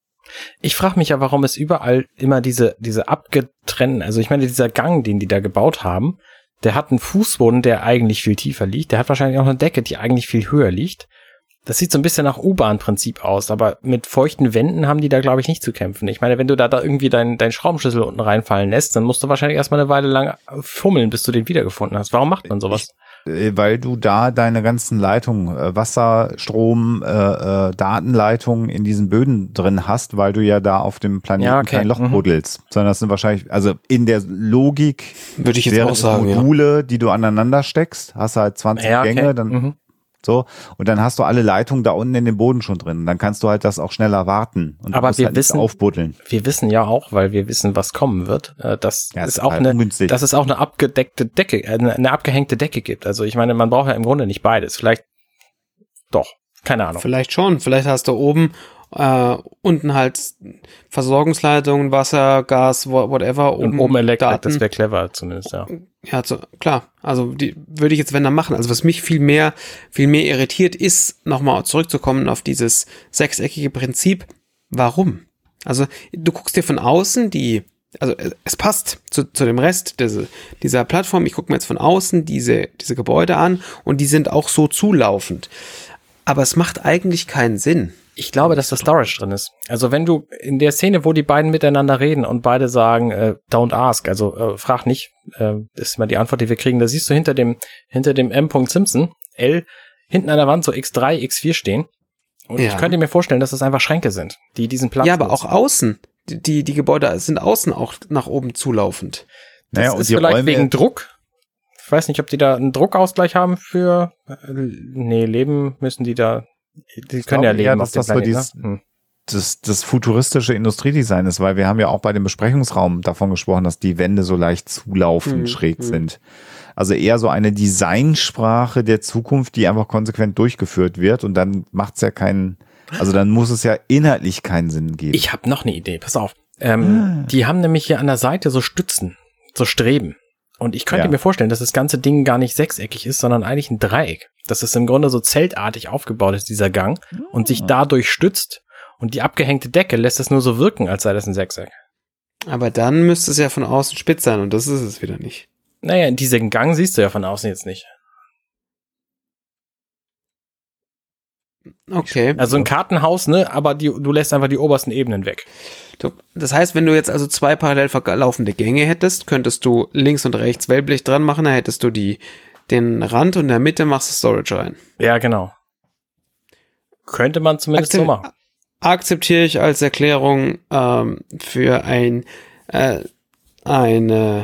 Ich frage mich ja, warum es überall immer diese diese abgetrennten, also ich meine, dieser Gang, den die da gebaut haben, der hat einen Fußboden, der eigentlich viel tiefer liegt. Der hat wahrscheinlich auch eine Decke, die eigentlich viel höher liegt. Das sieht so ein bisschen nach U-Bahn-Prinzip aus, aber mit feuchten Wänden haben die da, glaube ich, nicht zu kämpfen. Ich meine, wenn du da, da irgendwie deinen dein Schraubenschlüssel unten reinfallen lässt, dann musst du wahrscheinlich erstmal eine Weile lang fummeln, bis du den wiedergefunden hast. Warum macht man sowas? Ich, weil du da deine ganzen Leitungen, Wasser, Strom, äh, äh, Datenleitungen in diesen Böden drin hast, weil du ja da auf dem Planeten ja, okay. kein Loch mhm. buddelst. Sondern das sind wahrscheinlich, also in der Logik würde ich jetzt auch sagen, Module, ja. die du aneinander steckst, hast du halt zwanzig ja, okay. Gänge, dann mhm. so, und dann hast du alle Leitungen da unten in dem Boden schon drin. Dann kannst du halt das auch schneller warten und aber musst wir halt wissen, nicht aufbuddeln. Wir wissen ja auch, weil wir wissen, was kommen wird, dass ja, es auch halt eine, ungünstig. dass es auch eine abgedeckte Decke, eine, eine abgehängte Decke gibt. Also ich meine, man braucht ja im Grunde nicht beides. Vielleicht doch, keine Ahnung. Vielleicht schon. Vielleicht hast du oben äh, unten halt Versorgungsleitungen, Wasser, Gas, whatever. Und oben, oben Elektrik, Daten. das wäre clever zumindest, ja. Ja, so, klar. Also die würde ich jetzt, wenn dann machen. Also was mich viel mehr, viel mehr irritiert, ist, nochmal zurückzukommen auf dieses sechseckige Prinzip. Warum? Also du guckst dir von außen die, also es passt zu, zu dem Rest dieser, dieser Plattform. Ich gucke mir jetzt von außen diese, diese Gebäude an und die sind auch so zulaufend. Aber es macht eigentlich keinen Sinn. Ich glaube, dass das Storage drin ist. Also wenn du in der Szene, wo die beiden miteinander reden und beide sagen, äh, don't ask, also äh, frag nicht, äh, ist immer die Antwort, die wir kriegen, da siehst du hinter dem hinter dem M. Simpson, L, hinten an der Wand so X drei, X vier stehen. Und ja. ich könnte mir vorstellen, dass das einfach Schränke sind, die diesen Platz Ja, aber nutzen. auch außen. Die, die Gebäude sind außen auch nach oben zulaufend. Das Naja, und ist die vielleicht Räume- wegen Druck. Ich weiß nicht, ob die da einen Druckausgleich haben für, äh, nee, leben müssen die da, die können ja glaube eher, leben dass auf dem das so Planeten. dieses- Ne? Hm. Das, das futuristische Industriedesign ist, weil wir haben ja auch bei dem Besprechungsraum davon gesprochen, dass die Wände so leicht zulaufend Hm, schräg hm. sind. Also eher so eine Designsprache der Zukunft, die einfach konsequent durchgeführt wird und dann macht's ja keinen, also dann muss es ja inhaltlich keinen Sinn geben. Ich habe noch eine Idee, pass auf. Ähm, Ah. Die haben nämlich hier an der Seite so Stützen, so Streben. Und ich könnte Ja. mir vorstellen, dass das ganze Ding gar nicht sechseckig ist, sondern eigentlich ein Dreieck. Dass es im Grunde so zeltartig aufgebaut ist, dieser Gang, und sich dadurch stützt. Und die abgehängte Decke lässt es nur so wirken, als sei das ein Sechseck. Aber dann müsste es ja von außen spitz sein und das ist es wieder nicht. Naja, diesen Gang siehst du ja von außen jetzt nicht. Okay. Also ein Kartenhaus, ne, aber die, du lässt einfach die obersten Ebenen weg. Du, das heißt, wenn du jetzt also zwei parallel verlaufende Gänge hättest, könntest du links und rechts Wellblech dran machen, dann hättest du die, den Rand und in der Mitte machst du Storage rein. Ja, genau. Könnte man zumindest Akze- so machen. Akzeptiere ich als Erklärung ähm, für ein äh, eine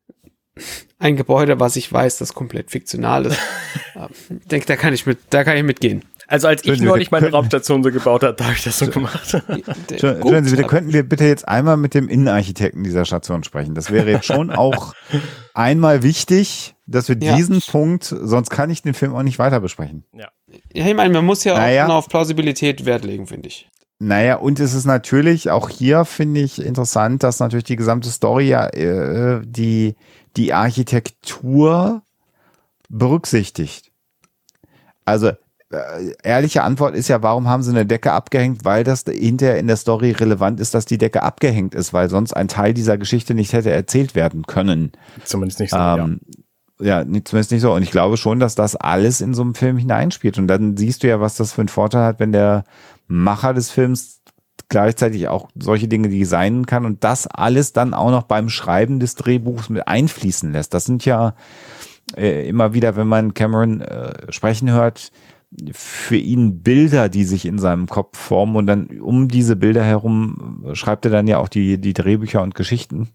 ein Gebäude, was ich weiß, das komplett fiktional ist. Ich denke, da kann ich mit, da kann ich mitgehen. Also als ich Können Sie neulich bitte- meine können- Raumstation so gebaut habe, da habe ich das so gemacht. Entschuldigen Sie bitte, könnten wir bitte jetzt einmal mit dem Innenarchitekten dieser Station sprechen? Das wäre jetzt schon auch einmal wichtig, dass wir Ja. diesen Punkt, sonst kann ich den Film auch nicht weiter besprechen. Ja, ich meine, man muss ja Naja. auch noch auf Plausibilität Wert legen, finde ich. Naja, und es ist natürlich, auch hier finde ich interessant, dass natürlich die gesamte Story ja äh, die, die Architektur berücksichtigt. Also, äh, ehrliche Antwort ist ja, warum haben sie eine Decke abgehängt? Weil das hinterher in der Story relevant ist, dass die Decke abgehängt ist, weil sonst ein Teil dieser Geschichte nicht hätte erzählt werden können. Zumindest nicht so, Ähm, ja, nicht, zumindest nicht so. Und ich glaube schon, dass das alles in so einem Film hineinspielt. Und dann siehst du ja, was das für einen Vorteil hat, wenn der Macher des Films gleichzeitig auch solche Dinge designen kann und das alles dann auch noch beim Schreiben des Drehbuchs mit einfließen lässt. Das sind ja äh, immer wieder, wenn man Cameron äh, sprechen hört, für ihn Bilder, die sich in seinem Kopf formen, und dann um diese Bilder herum schreibt er dann ja auch die, die Drehbücher und Geschichten.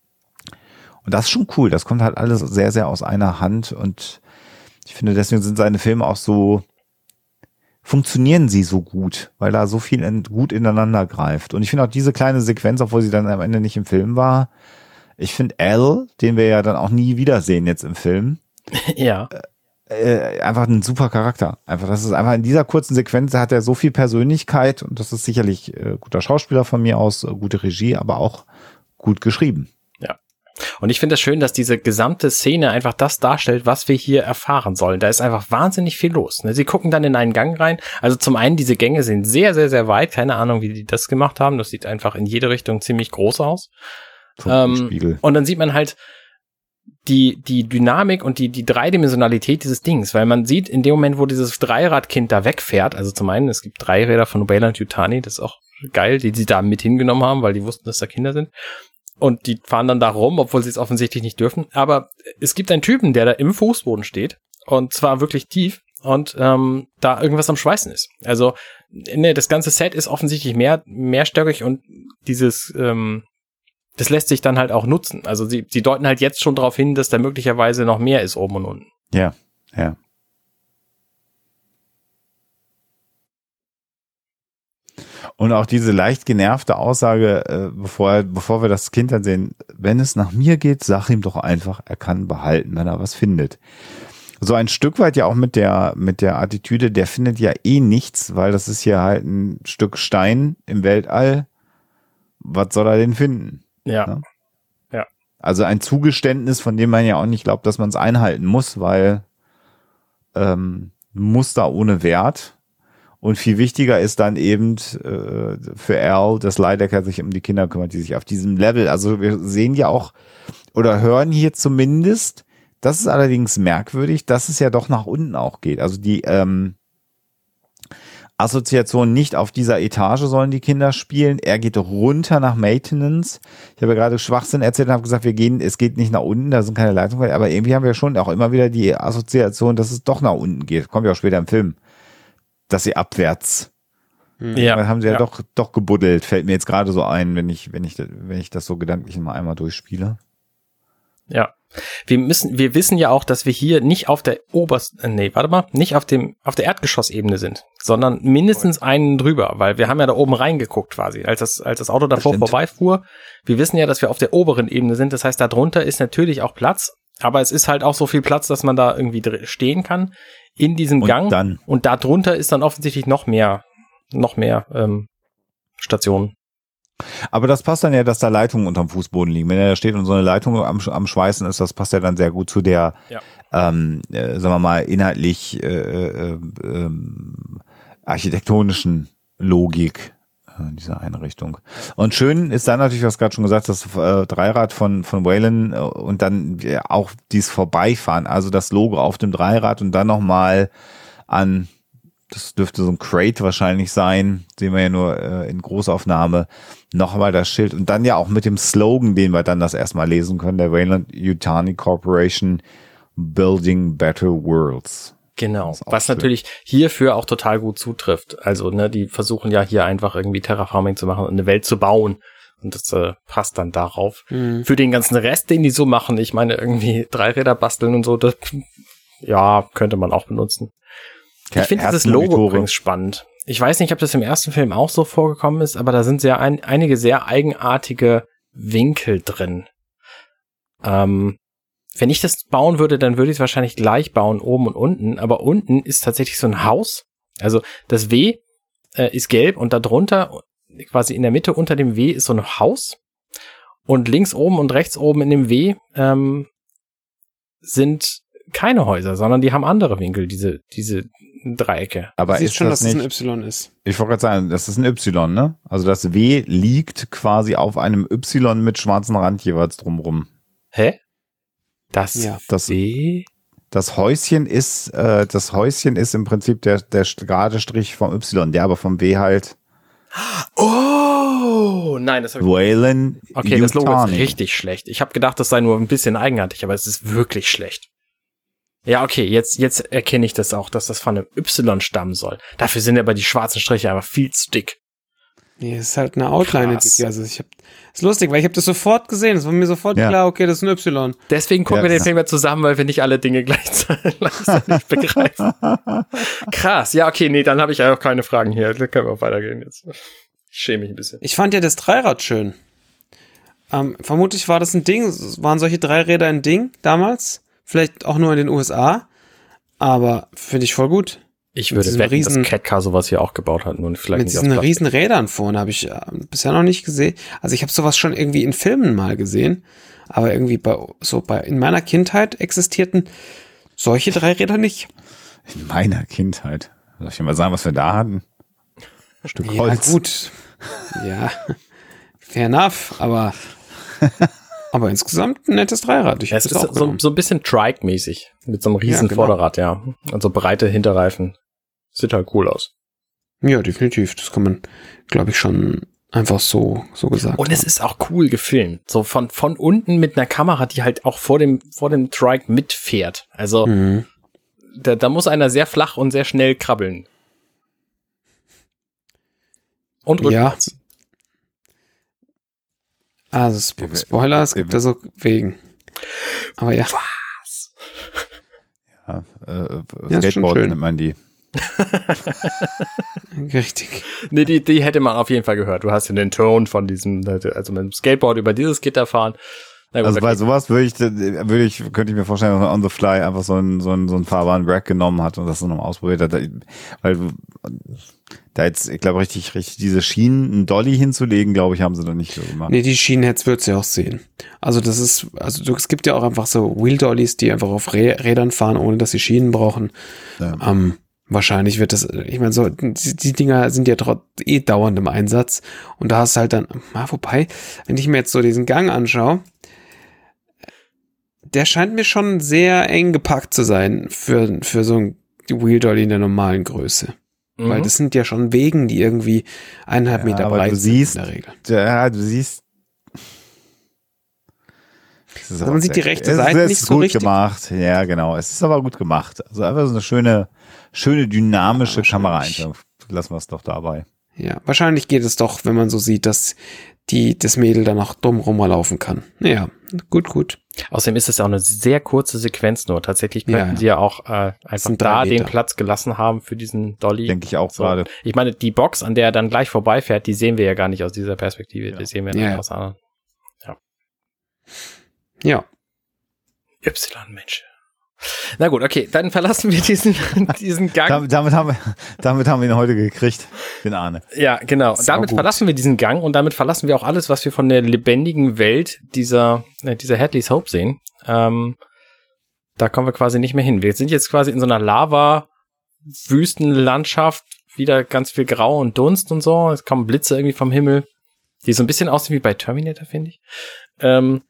Und das ist schon cool. Das kommt halt alles sehr, sehr aus einer Hand, und ich finde, deswegen sind seine Filme auch so, funktionieren sie so gut, weil da so viel in, gut ineinander greift. Und ich finde auch diese kleine Sequenz, obwohl sie dann am Ende nicht im Film war, ich finde Al, den wir ja dann auch nie wiedersehen jetzt im Film, ja. äh, einfach ein super Charakter. Einfach, das ist einfach in dieser kurzen Sequenz hat er so viel Persönlichkeit, und das ist sicherlich äh, guter Schauspieler von mir aus, äh, gute Regie, aber auch gut geschrieben. Und ich finde es schön, dass diese gesamte Szene einfach das darstellt, was wir hier erfahren sollen. Da ist einfach wahnsinnig viel los. Sie gucken dann in einen Gang rein. Also zum einen, diese Gänge sind sehr, sehr, sehr weit. Keine Ahnung, wie die das gemacht haben. Das sieht einfach in jede Richtung ziemlich groß aus. Ähm, Spiegel. und dann sieht man halt die, die Dynamik und die, die Dreidimensionalität dieses Dings. Weil man sieht, in dem Moment, wo dieses Dreiradkind da wegfährt, also zum einen, es gibt drei Räder von Weyland Yutani, das ist auch geil, die sie da mit hingenommen haben, weil die wussten, dass da Kinder sind. Und die fahren dann da rum, obwohl sie es offensichtlich nicht dürfen. Aber es gibt einen Typen, der da im Fußboden steht. Und zwar wirklich tief. Und ähm, da irgendwas am Schweißen ist. Also ne, das ganze Set ist offensichtlich mehr mehrstöckig. Und dieses, ähm, das lässt sich dann halt auch nutzen. Also sie, sie deuten halt jetzt schon darauf hin, dass da möglicherweise noch mehr ist oben und unten. Ja, ja. Und auch diese leicht genervte Aussage, äh, bevor, bevor wir das Kind dann sehen, wenn es nach mir geht, sag ihm doch einfach, er kann behalten, wenn er was findet. So ein Stück weit ja auch mit der, mit der Attitüde, der findet ja eh nichts, weil das ist ja halt ein Stück Stein im Weltall. Was soll er denn finden? Ja. Ja. Ja. Also ein Zugeständnis, von dem man ja auch nicht glaubt, dass man es einhalten muss, weil ähm, Muster ohne Wert. Und viel wichtiger ist dann eben äh, für Al, dass Lydecker sich um die Kinder kümmert, die sich auf diesem Level, also wir sehen ja auch oder hören hier zumindest, das ist allerdings merkwürdig, dass es ja doch nach unten auch geht. Also die ähm, Assoziation nicht auf dieser Etage sollen die Kinder spielen, er geht runter nach Maintenance. Ich habe ja gerade Schwachsinn erzählt und habe gesagt, wir gehen, es geht nicht nach unten, da sind keine Leitungen, aber irgendwie haben wir schon auch immer wieder die Assoziation, dass es doch nach unten geht. Kommt ja auch später im Film. Dass sie abwärts. Ja. Dann haben sie ja, ja. doch doch gebuddelt. Fällt mir jetzt gerade so ein, wenn ich wenn ich wenn ich das so gedanklich mal einmal durchspiele. Ja. Wir müssen, wir wissen ja auch, dass wir hier nicht auf der obersten, nee, warte mal, nicht auf dem, auf der Erdgeschossebene sind, sondern mindestens einen drüber, weil wir haben ja da oben reingeguckt quasi, als das, als das Auto davor Stimmt. vorbeifuhr. Wir wissen ja, dass wir auf der oberen Ebene sind, das heißt, da drunter ist natürlich auch Platz, aber es ist halt auch so viel Platz, dass man da irgendwie stehen kann in diesem Und Gang. dann Und da drunter ist dann offensichtlich noch mehr, noch mehr ähm, Stationen. Aber das passt dann ja, dass da Leitungen unterm Fußboden liegen. Wenn er da steht und so eine Leitung am, am Schweißen ist, das passt ja dann sehr gut zu der, Ja. ähm, äh, sagen wir mal, inhaltlich äh, äh, äh, architektonischen Logik äh, dieser Einrichtung. Und schön ist dann natürlich, was gerade schon gesagt, das äh, Dreirad von von Wayland äh, und dann äh, auch dieses Vorbeifahren, also das Logo auf dem Dreirad und dann nochmal an, das dürfte so ein Crate wahrscheinlich sein, sehen wir ja nur äh, in Großaufnahme, nochmal das Schild und dann ja auch mit dem Slogan, den wir dann das erstmal lesen können, der Wayland-Yutani Corporation Building Better Worlds. Genau, Das ist auch was schön. natürlich hierfür auch total gut zutrifft. Also, ne, die versuchen ja hier einfach irgendwie Terraforming zu machen und eine Welt zu bauen. Und das äh, passt dann darauf. Mhm. Für den ganzen Rest, den die so machen, ich meine, irgendwie Dreiräder basteln und so, das, ja, könnte man auch benutzen. Ich finde dieses Logo Herzmonitore. übrigens spannend. Ich weiß nicht, ob das im ersten Film auch so vorgekommen ist, aber da sind sehr ein, einige sehr eigenartige Winkel drin. Ähm, wenn ich das bauen würde, dann würde ich es wahrscheinlich gleich bauen, oben und unten. Aber unten ist tatsächlich so ein Haus. Also das W äh, ist gelb und da drunter, quasi in der Mitte unter dem W, ist so ein Haus. Und links oben und rechts oben in dem W ähm, sind keine Häuser, sondern die haben andere Winkel, diese diese Dreiecke. Aber Siehst ist schon, das dass nicht, es ein Y ist. ich wollte gerade sagen, das ist ein Y, ne? Also das W liegt quasi auf einem Y mit schwarzem Rand jeweils drumrum. Hä? Das Ja. Das, W? das Häuschen ist, äh, das Häuschen ist im Prinzip der, der gerade Strich vom Y, der aber vom W halt Oh, nein, das habe ich. Wayland Okay, das Logo ist Yutani. richtig schlecht. Ich habe gedacht, das sei nur ein bisschen eigenartig, aber es ist wirklich schlecht. Ja, okay, jetzt jetzt erkenne ich das auch, dass das von einem Y stammen soll. Dafür sind aber die schwarzen Striche aber viel zu dick. Nee, es ist halt eine Outline. Krass. Dicke. Also ich hab, ist lustig, weil ich habe das sofort gesehen. Es war mir sofort Ja. klar, okay, das ist ein Y. Deswegen gucken Ja. wir den Film ja zusammen, weil wir nicht alle Dinge gleichzeitig gleichzeitig begreifen. Krass, ja, okay, nee, dann habe ich ja auch keine Fragen hier. Dann können wir auch weitergehen jetzt. Ich schäme mich ein bisschen. Ich fand ja das Dreirad schön. Ähm, vermutlich war das ein Ding, waren solche Dreiräder ein Ding damals. Vielleicht auch nur in den U S A. Aber finde ich voll gut. Ich Mit würde diesem wetten, riesen- dass Catcar sowas hier auch gebaut hat, nur vielleicht Mit nicht aus diesen Plastik. riesen Rädern vorne habe ich äh, bisher noch nicht gesehen. Also ich habe sowas schon irgendwie in Filmen mal gesehen. Aber irgendwie bei, so bei, in meiner Kindheit existierten solche Dreiräder nicht. In meiner Kindheit. Soll ich dir mal sagen, was wir da hatten? Ein Stück Ja, Holz. gut. Ja, fair enough, aber, aber insgesamt ein nettes Dreirad. Ich Ja, hätte es es ist auch so, genommen. so ein bisschen Trike-mäßig. Mit so einem riesen Ja, genau. Vorderrad, ja. Und so breite Hinterreifen. Sieht halt cool aus. Ja, definitiv. Das kann man, glaube ich, schon einfach so, so gesagt Und es haben. ist auch cool gefilmt. So von, von unten mit einer Kamera, die halt auch vor dem, vor dem Trike mitfährt. Also, Mhm. da, da muss einer sehr flach und sehr schnell krabbeln. Und Ja. rückwärts. Also, Spo Spoiler, es gibt da so Wegen. Aber ja, Ja, äh, Ja, ist schon Skateboard schön. nennt man die. richtig. Nee, die, die hätte man auf jeden Fall gehört. Du hast ja den Ton von diesem, also mit dem Skateboard über dieses Gitter fahren. Na gut, Also bei okay. sowas würde ich, würde ich, könnte ich mir vorstellen, dass man on the fly einfach so einen, so einen, so einen fahrbaren Rack genommen hat und das dann nochmal ausprobiert hat. Weil da jetzt, ich glaube, richtig, richtig diese Schienen, einen Dolly hinzulegen, glaube ich, haben sie dann nicht so gemacht. Nee, die Schienenheads würdest du ja auch sehen. Also das ist, also du, es gibt ja auch einfach so Wheel-Dollys, die einfach auf Rä Rädern fahren, ohne dass sie Schienen brauchen. Ja. Ähm, wahrscheinlich wird das, ich meine, so, die, die Dinger sind ja trotz, eh dauernd im Einsatz. Und da hast du halt dann, ah, wobei, wenn ich mir jetzt so diesen Gang anschaue, der scheint mir schon sehr eng gepackt zu sein für, für so ein Wheel-Dolly in der normalen Größe. Mhm. Weil das sind ja schon Wegen, die irgendwie eineinhalb Ja, Meter aber breit du sind siehst- in der Regel. Ja, du siehst. Das ist Also aber man sieht die sehr- rechte es Seite ist nicht so gut richtig. gemacht. Ja, genau. Es ist aber gut gemacht. Also einfach so eine schöne, schöne dynamische Ja, Kamera wahrscheinlich. einfach. Lassen wir es doch dabei. Ja, wahrscheinlich geht es doch, wenn man so sieht, dass die, das Mädel dann auch dumm rumlaufen kann. Naja, gut, gut. Außerdem ist es auch eine sehr kurze Sequenz nur. Tatsächlich Ja, könnten ja. sie ja auch äh, einfach sind da drei den Meter. Platz gelassen haben für diesen Dolly. Denke ich auch So. gerade. Ich meine, die Box, an der er dann gleich vorbeifährt, die sehen wir ja gar nicht aus dieser Perspektive. Die sehen wir Ja, dann ja. aus einer Ja, Y-Mensch. Na gut, okay, dann verlassen wir diesen, diesen Gang. Damit, damit, haben wir, damit haben wir ihn heute gekriegt, den Arne. Ja, genau. Sau Damit gut. verlassen wir diesen Gang und damit verlassen wir auch alles, was wir von der lebendigen Welt dieser, äh, dieser Hadley's Hope sehen. Ähm, da kommen wir quasi nicht mehr hin. Wir sind jetzt quasi in so einer Lava-Wüstenlandschaft, wieder ganz viel Grau und Dunst und so. Es kommen Blitze irgendwie vom Himmel, die so ein bisschen aussehen wie bei Terminator, finde ich. Ähm,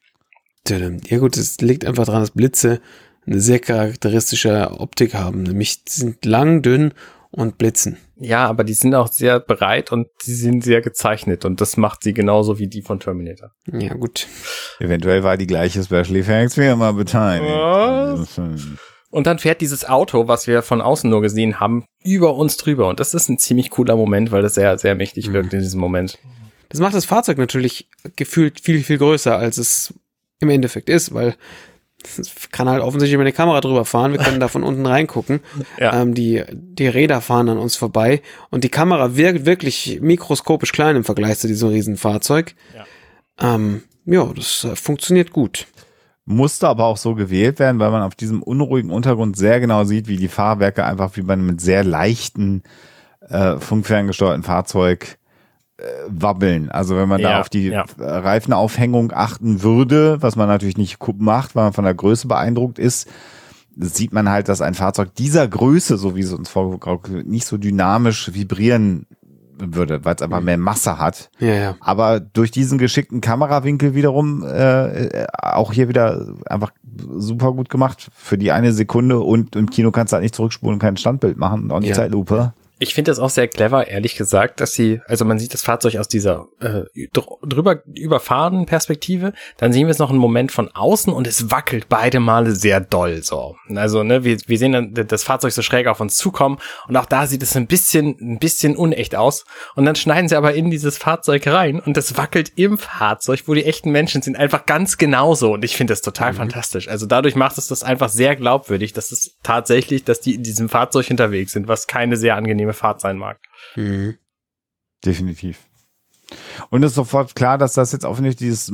Ja gut, es liegt einfach daran, dass Blitze eine sehr charakteristische Optik haben. Nämlich sie sind lang, dünn und blitzen. ja, aber die sind auch sehr breit und sie sind sehr gezeichnet und das macht sie genauso wie die von Terminator. Ja gut. Eventuell war die gleiche Special Effects Firma beteiligt. Was? Und dann fährt dieses Auto, was wir von außen nur gesehen haben, über uns drüber. Und das ist ein ziemlich cooler Moment, weil das sehr, sehr mächtig wirkt in diesem Moment. Das macht das Fahrzeug natürlich gefühlt viel, viel größer, als es im Endeffekt ist, weil es kann halt offensichtlich über eine Kamera drüber fahren. Wir können da von unten reingucken. Ja. Ähm, die, die Räder fahren an uns vorbei und die Kamera wirkt wirklich mikroskopisch klein im Vergleich zu diesem riesen Fahrzeug. Ja. Ähm, ja, das äh, funktioniert gut. Musste aber auch so gewählt werden, weil man auf diesem unruhigen Untergrund sehr genau sieht, wie die Fahrwerke einfach wie bei einem sehr leichten, äh, funkferngesteuerten Fahrzeug äh, wabbeln. Also wenn man Ja, da auf die ja. äh, Reifenaufhängung achten würde, was man natürlich nicht macht, weil man von der Größe beeindruckt ist, sieht man halt, dass ein Fahrzeug dieser Größe, so wie es uns vorgegaukelt wird, nicht so dynamisch vibrieren würde, weil es einfach mehr Masse hat. Ja, ja. Aber durch diesen geschickten Kamerawinkel wiederum äh, auch hier wieder einfach super gut gemacht für die eine Sekunde und im Kino kannst du halt nicht zurückspulen und kein Standbild machen und auch nicht Ja. Zeitlupe. Ich finde das auch sehr clever, ehrlich gesagt, dass sie, also man sieht das Fahrzeug aus dieser äh, dr- drüber überfahrenen Perspektive, dann sehen wir es noch einen Moment von außen und es wackelt beide Male sehr doll so. Also ne, wir, wir sehen dann das Fahrzeug so schräg auf uns zukommen und auch da sieht es ein bisschen ein bisschen unecht aus und dann schneiden sie aber in dieses Fahrzeug rein und das wackelt im Fahrzeug, wo die echten Menschen sind, einfach ganz genauso und ich finde das total mhm. fantastisch. Also dadurch macht es das einfach sehr glaubwürdig, dass es tatsächlich, dass die in diesem Fahrzeug unterwegs sind, was keine sehr angenehme Fahrt sein mag. Mhm. Definitiv. Und es ist sofort klar, dass das jetzt offensichtlich dieses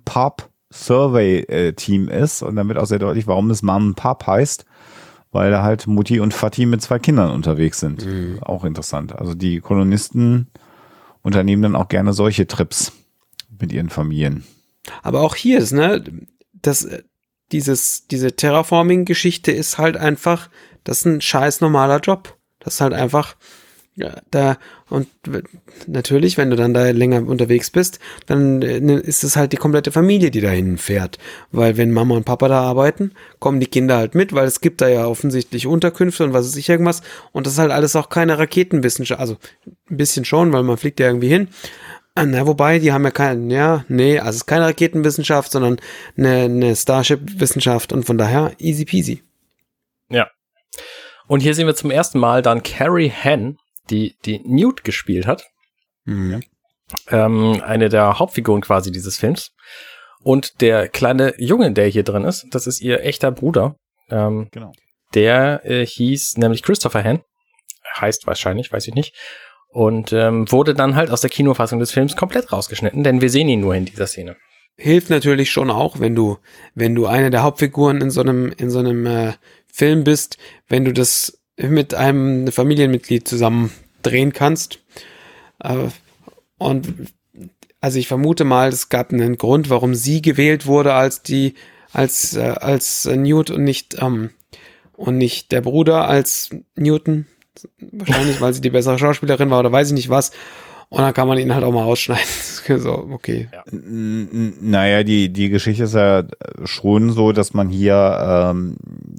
Mom-and-Pop-Survey-Team ist und damit auch sehr deutlich, warum es Mom-and-Pop heißt, weil da halt Mutti und Vati mit zwei Kindern unterwegs sind. Mhm. Auch interessant. Also die Kolonisten unternehmen dann auch gerne solche Trips mit ihren Familien. Aber auch hier ist, ne, das, dieses, diese Terraforming-Geschichte ist halt einfach, das ist ein scheiß normaler Job. Das ist halt einfach, ja, da, und natürlich, wenn du dann da länger unterwegs bist, dann ist es halt die komplette Familie, die dahin fährt. Weil wenn Mama und Papa da arbeiten, kommen die Kinder halt mit, weil es gibt da ja offensichtlich Unterkünfte und was weiß ich irgendwas. Und das ist halt alles auch keine Raketenwissenschaft. Also ein bisschen schon, weil man fliegt ja irgendwie hin. Na, wobei, die haben ja keinen, ja, nee, also es ist keine Raketenwissenschaft, sondern eine, eine Starship-Wissenschaft und von daher easy peasy. Ja. Und hier sehen wir zum ersten Mal dann Carrie Henn, die die Newt gespielt hat. Mhm. Ähm, eine der Hauptfiguren quasi dieses Films. Und der kleine Junge, der hier drin ist, das ist ihr echter Bruder. Ähm, Genau. Der äh, hieß nämlich Christopher Henn. Heißt wahrscheinlich, weiß ich nicht. Und ähm, wurde dann halt aus der Kinofassung des Films komplett rausgeschnitten, denn wir sehen ihn nur in dieser Szene. Hilft natürlich schon auch, wenn du, wenn du eine der Hauptfiguren in so einem, in so einem äh, Film bist, wenn du das mit einem Familienmitglied zusammen drehen kannst. Äh, und also ich vermute mal, es gab einen Grund, warum sie gewählt wurde als die, als äh, als Newt und nicht ähm, und nicht der Bruder als Newton. Wahrscheinlich, weil sie die bessere Schauspielerin war oder weiß ich nicht was. Und dann kann man ihn halt auch mal rausschneiden. So, okay. Ja. N- Naja, die, die Geschichte ist ja schon so, dass man hier ähm,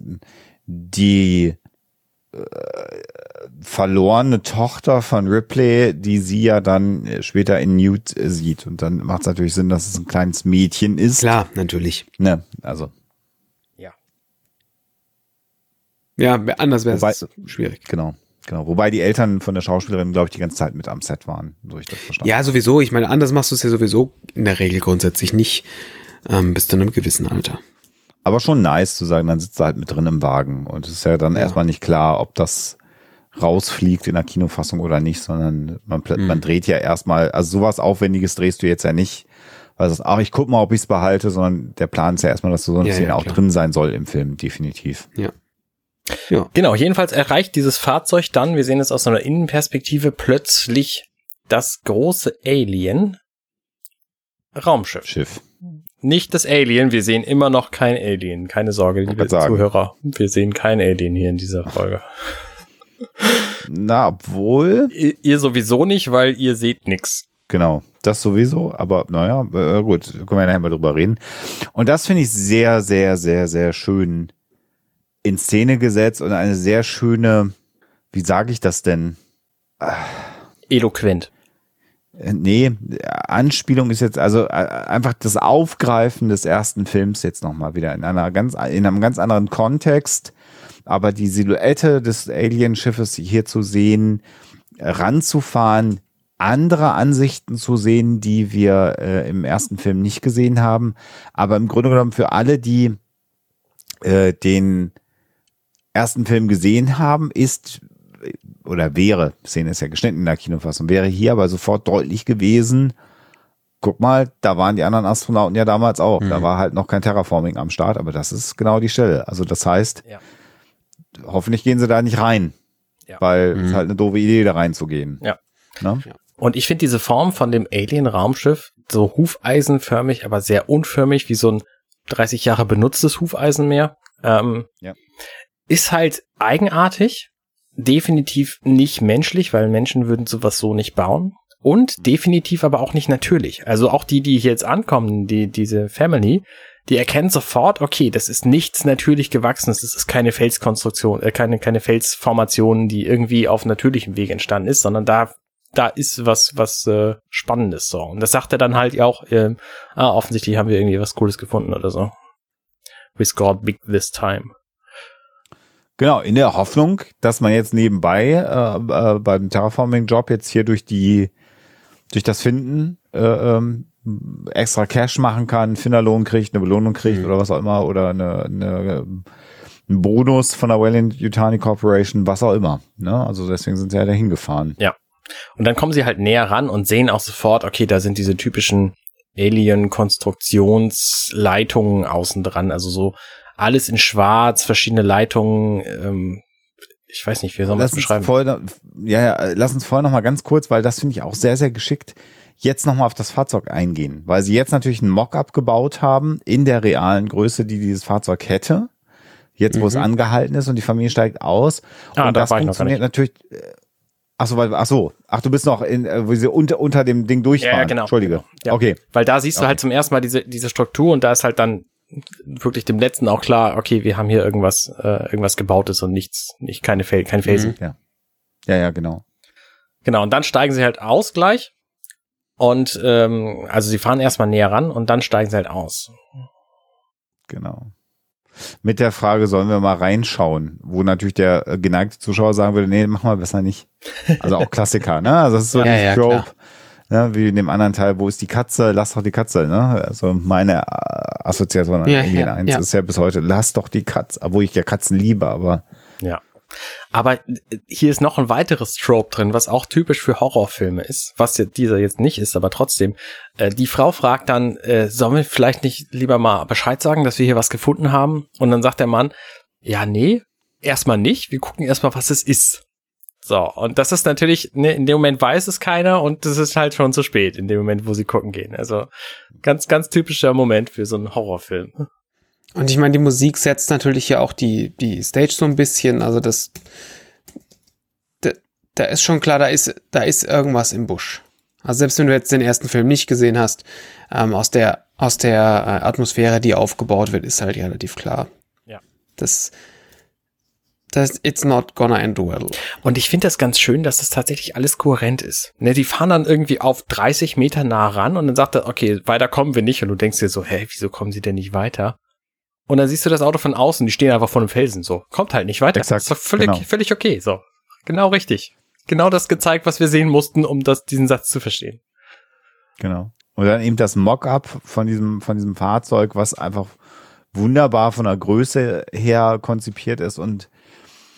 die äh, verlorene Tochter von Ripley, die sie ja dann später in Newt äh, sieht. Und dann macht es natürlich Sinn, dass es ein kleines Mädchen ist. Klar, natürlich. Ne, also. Ja. Ja, anders wäre Wobei- es schwierig. Genau, genau. Wobei die Eltern von der Schauspielerin, glaube ich, die ganze Zeit mit am Set waren, so ich das verstanden. Ja, sowieso. Ich meine, anders machst du es ja sowieso in der Regel grundsätzlich nicht, ähm, bis zu einem gewissen Alter. Aber schon nice zu sagen, dann sitzt er halt mit drin im Wagen. Und es ist ja dann Ja. erstmal nicht klar, ob das rausfliegt in der Kinofassung oder nicht, sondern man, pl- Mhm. man dreht ja erstmal, also sowas Aufwendiges drehst du jetzt ja nicht, Also, ach, ich guck mal, ob ich es behalte, sondern der Plan ist ja erstmal, dass so eine Ja, Szene ja, auch klar. drin sein soll im Film, definitiv. Ja. Ja. Genau, jedenfalls erreicht dieses Fahrzeug dann, wir sehen es aus einer Innenperspektive, plötzlich das große Alien Raumschiff. Schiff. Nicht das Alien, wir sehen immer noch kein Alien. Keine Sorge, liebe grad sagen. Zuhörer. Wir sehen kein Alien hier in dieser Folge. Na, obwohl, Ihr, ihr sowieso nicht, weil ihr seht nix. genau, das sowieso, aber naja, äh, gut, können wir nachher mal drüber reden. Und das finde ich sehr, sehr, sehr, sehr schön in Szene gesetzt und eine sehr schöne, wie sage ich das denn? Eloquent. Äh, Nee, Anspielung ist jetzt also äh, einfach das Aufgreifen des ersten Films jetzt nochmal wieder in einer ganz, in einem ganz anderen Kontext, aber die Silhouette des Alienschiffes hier zu sehen, ranzufahren, andere Ansichten zu sehen, die wir äh, im ersten Film nicht gesehen haben, aber im Grunde genommen für alle, die äh, den ersten Film gesehen haben, ist oder wäre, Szene ist ja geschnitten in der Kinofassung, wäre hier aber sofort deutlich gewesen, guck mal, da waren die anderen Astronauten ja damals auch, da war halt noch kein Terraforming am Start, aber das ist genau die Stelle. Also das heißt, Ja. hoffentlich gehen sie da nicht rein, Ja. weil es ist halt eine doofe Idee, da reinzugehen. Ja. Ne? Und ich finde diese Form von dem Alien-Raumschiff so hufeisenförmig, aber sehr unförmig, wie so ein dreißig Jahre benutztes Hufeisenmeer. Ähm, Ja. Ist halt eigenartig, definitiv nicht menschlich, weil Menschen würden sowas so nicht bauen. Und definitiv aber auch nicht natürlich. Also auch die, die hier jetzt ankommen, die diese Family, die erkennen sofort, okay, das ist nichts natürlich Gewachsenes, das ist keine Felskonstruktion, äh, keine keine Felsformation, die irgendwie auf natürlichem Weg entstanden ist, sondern da da ist was was äh, Spannendes so. Und das sagt er dann halt auch, äh, ah, offensichtlich haben wir irgendwie was Cooles gefunden oder so. We scored big this time. Genau, in der Hoffnung, dass man jetzt nebenbei äh, äh, beim Terraforming-Job jetzt hier durch die durch das Finden äh, ähm, extra Cash machen kann, Finderlohn kriegt, eine Belohnung kriegt Mhm. oder was auch immer oder eine, eine ein Bonus von der Weyland-Yutani Corporation, was auch immer. Ne? Also deswegen sind sie ja dahin gefahren. Ja. Und dann kommen sie halt näher ran und sehen auch sofort, okay, da sind diese typischen Alien-Konstruktionsleitungen außen dran, also so alles in schwarz, verschiedene Leitungen, ähm, ich weiß nicht, wie soll man das Lass uns beschreiben? vorher, ja, ja, lass uns vorher noch mal ganz kurz, weil das finde ich auch sehr, sehr geschickt, jetzt noch mal auf das Fahrzeug eingehen, weil sie jetzt natürlich ein Mock-up gebaut haben in der realen Größe, die dieses Fahrzeug hätte. Jetzt, wo Mhm. es angehalten ist und die Familie steigt aus. Ah, und da das war ich noch gar funktioniert natürlich. äh, Ach so, weil, ach so, ach, du bist noch in, äh, wo sie unter, unter dem Ding durchfahren. Ja, ja, genau. Entschuldige. Genau. Ja. Okay. Weil da siehst du Okay. halt zum ersten Mal diese, diese Struktur und da ist halt dann wirklich dem Letzten auch klar, okay, wir haben hier irgendwas, äh, irgendwas Gebautes und nichts, nicht, keine Fel kein Felsen. Mhm. Ja, ja, genau. Genau, und dann steigen sie halt aus gleich. Und ähm, also sie fahren erstmal näher ran und dann steigen sie halt aus. Genau. Mit der Frage, sollen wir mal reinschauen, wo natürlich der äh, geneigte Zuschauer sagen würde, nee, machen wir besser nicht. Also auch Klassiker, ne? Also das ist so Ja, die ja, Trope, klar. ne? Wie in dem anderen Teil, wo ist die Katze? Lass doch die Katze, ne? Also meine äh, Assoziation an Ja, Alien ja, eins ja. ist ja bis heute, lass doch die Katze, obwohl ich ja Katzen liebe, aber Ja. Aber hier ist noch ein weiteres Trope drin, was auch typisch für Horrorfilme ist, was jetzt dieser jetzt nicht ist, aber trotzdem. Äh, die Frau fragt dann, äh, sollen wir vielleicht nicht lieber mal Bescheid sagen, dass wir hier was gefunden haben? Und dann sagt der Mann, ja, nee, erstmal nicht. Wir gucken erstmal, was es ist. So, und das ist natürlich, ne, in dem Moment weiß es keiner und das ist halt schon zu spät, in dem Moment, wo sie gucken gehen. Also ganz, ganz typischer Moment für so einen Horrorfilm. Und ich meine, die Musik setzt natürlich ja auch die, die Stage so ein bisschen, also das, da, da ist schon klar, da ist, da ist irgendwas im Busch. Also selbst wenn du jetzt den ersten Film nicht gesehen hast, ähm, aus der, aus der äh, Atmosphäre, die aufgebaut wird, ist halt relativ klar. Ja. Das, das, it's not gonna end well. Und ich finde das ganz schön, dass das tatsächlich alles kohärent ist. Ne, die fahren dann irgendwie auf dreißig Meter nah ran und dann sagt er, okay, weiter kommen wir nicht. Und du denkst dir so, hä, wieso kommen sie denn nicht weiter? Und dann siehst du das Auto von außen, die stehen einfach vor einem Felsen, so. Kommt halt nicht weiter. Exakt, ist doch völlig, genau. völlig okay, so. Genau richtig. Genau das gezeigt, was wir sehen mussten, um das, diesen Satz zu verstehen. genau. Und dann eben das Mock-up von diesem, von diesem Fahrzeug, was einfach wunderbar von der Größe her konzipiert ist und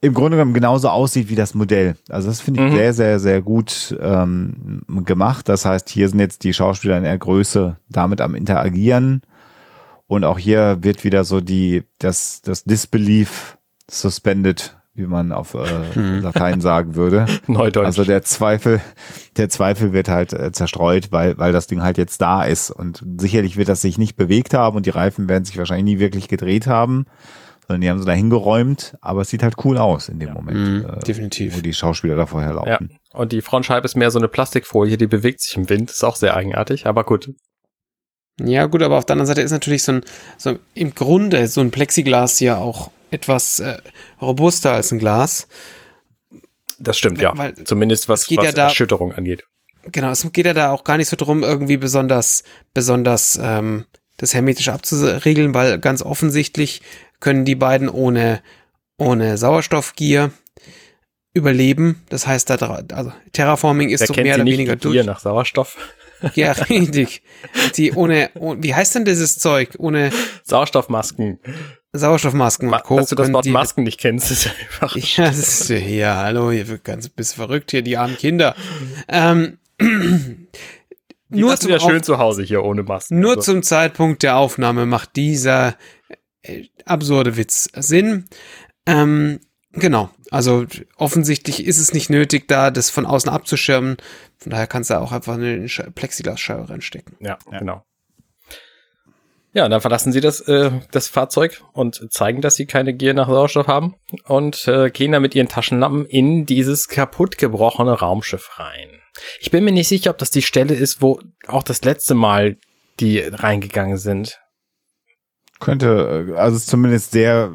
im Grunde genommen genauso aussieht wie das Modell. Also das finde ich mhm. sehr, sehr, sehr gut ähm, gemacht. Das heißt, hier sind jetzt die Schauspieler in der Größe damit am Interagieren. Und auch hier wird wieder so die, das, das Disbelief suspended, wie man auf äh, hm. Latein sagen würde. Neudeutsch. Also der Zweifel, der Zweifel wird halt äh, zerstreut, weil, weil das Ding halt jetzt da ist. Und sicherlich wird das sich nicht bewegt haben und die Reifen werden sich wahrscheinlich nie wirklich gedreht haben, sondern die haben sie da hingeräumt. Aber es sieht halt cool aus in dem ja. Moment. Mhm, äh, definitiv. Wo die Schauspieler da vorher laufen. Ja. Und die Frontscheibe ist mehr so eine Plastikfolie, die bewegt sich im Wind. Ist auch sehr eigenartig, aber gut. Ja, gut, aber auf der anderen Seite ist natürlich so ein, so im Grunde so ein Plexiglas ja auch etwas äh, robuster als ein Glas. Das stimmt, ja. Weil zumindest was, was ja da, Erschütterung angeht. Genau, es geht ja da auch gar nicht so drum, irgendwie besonders, besonders ähm, das hermetisch abzuregeln, weil ganz offensichtlich können die beiden ohne, ohne Sauerstoffgier überleben. Das heißt, da, also Terraforming ist Wer so kennt mehr sie oder nicht weniger die durch. Gier nach Sauerstoff. Ja, richtig. Die ohne, ohne, wie heißt denn dieses Zeug? Ohne Sauerstoffmasken. Sauerstoffmasken Ma- und Co. Dass du das Wort die, Masken nicht kennst, ist einfach. Ja, das ist, ja, hallo, ihr wird ganz bisschen verrückt hier, die armen Kinder. Ähm, die nur zum ja schön zu Hause hier ohne Masken. Nur also. zum Zeitpunkt der Aufnahme macht dieser äh, absurde Witz Sinn. Ähm, genau. Also offensichtlich ist es nicht nötig, da das von außen abzuschirmen. Von daher kannst du auch einfach eine Plexiglasscheibe reinstecken. Ja, ja, genau. Ja, dann verlassen sie das, äh, das Fahrzeug und zeigen, dass sie keine Gier nach Sauerstoff haben und äh, gehen dann mit ihren Taschenlampen in dieses kaputtgebrochene Raumschiff rein. Ich bin mir nicht sicher, ob das die Stelle ist, wo auch das letzte Mal die reingegangen sind. Könnte, also ist zumindest sehr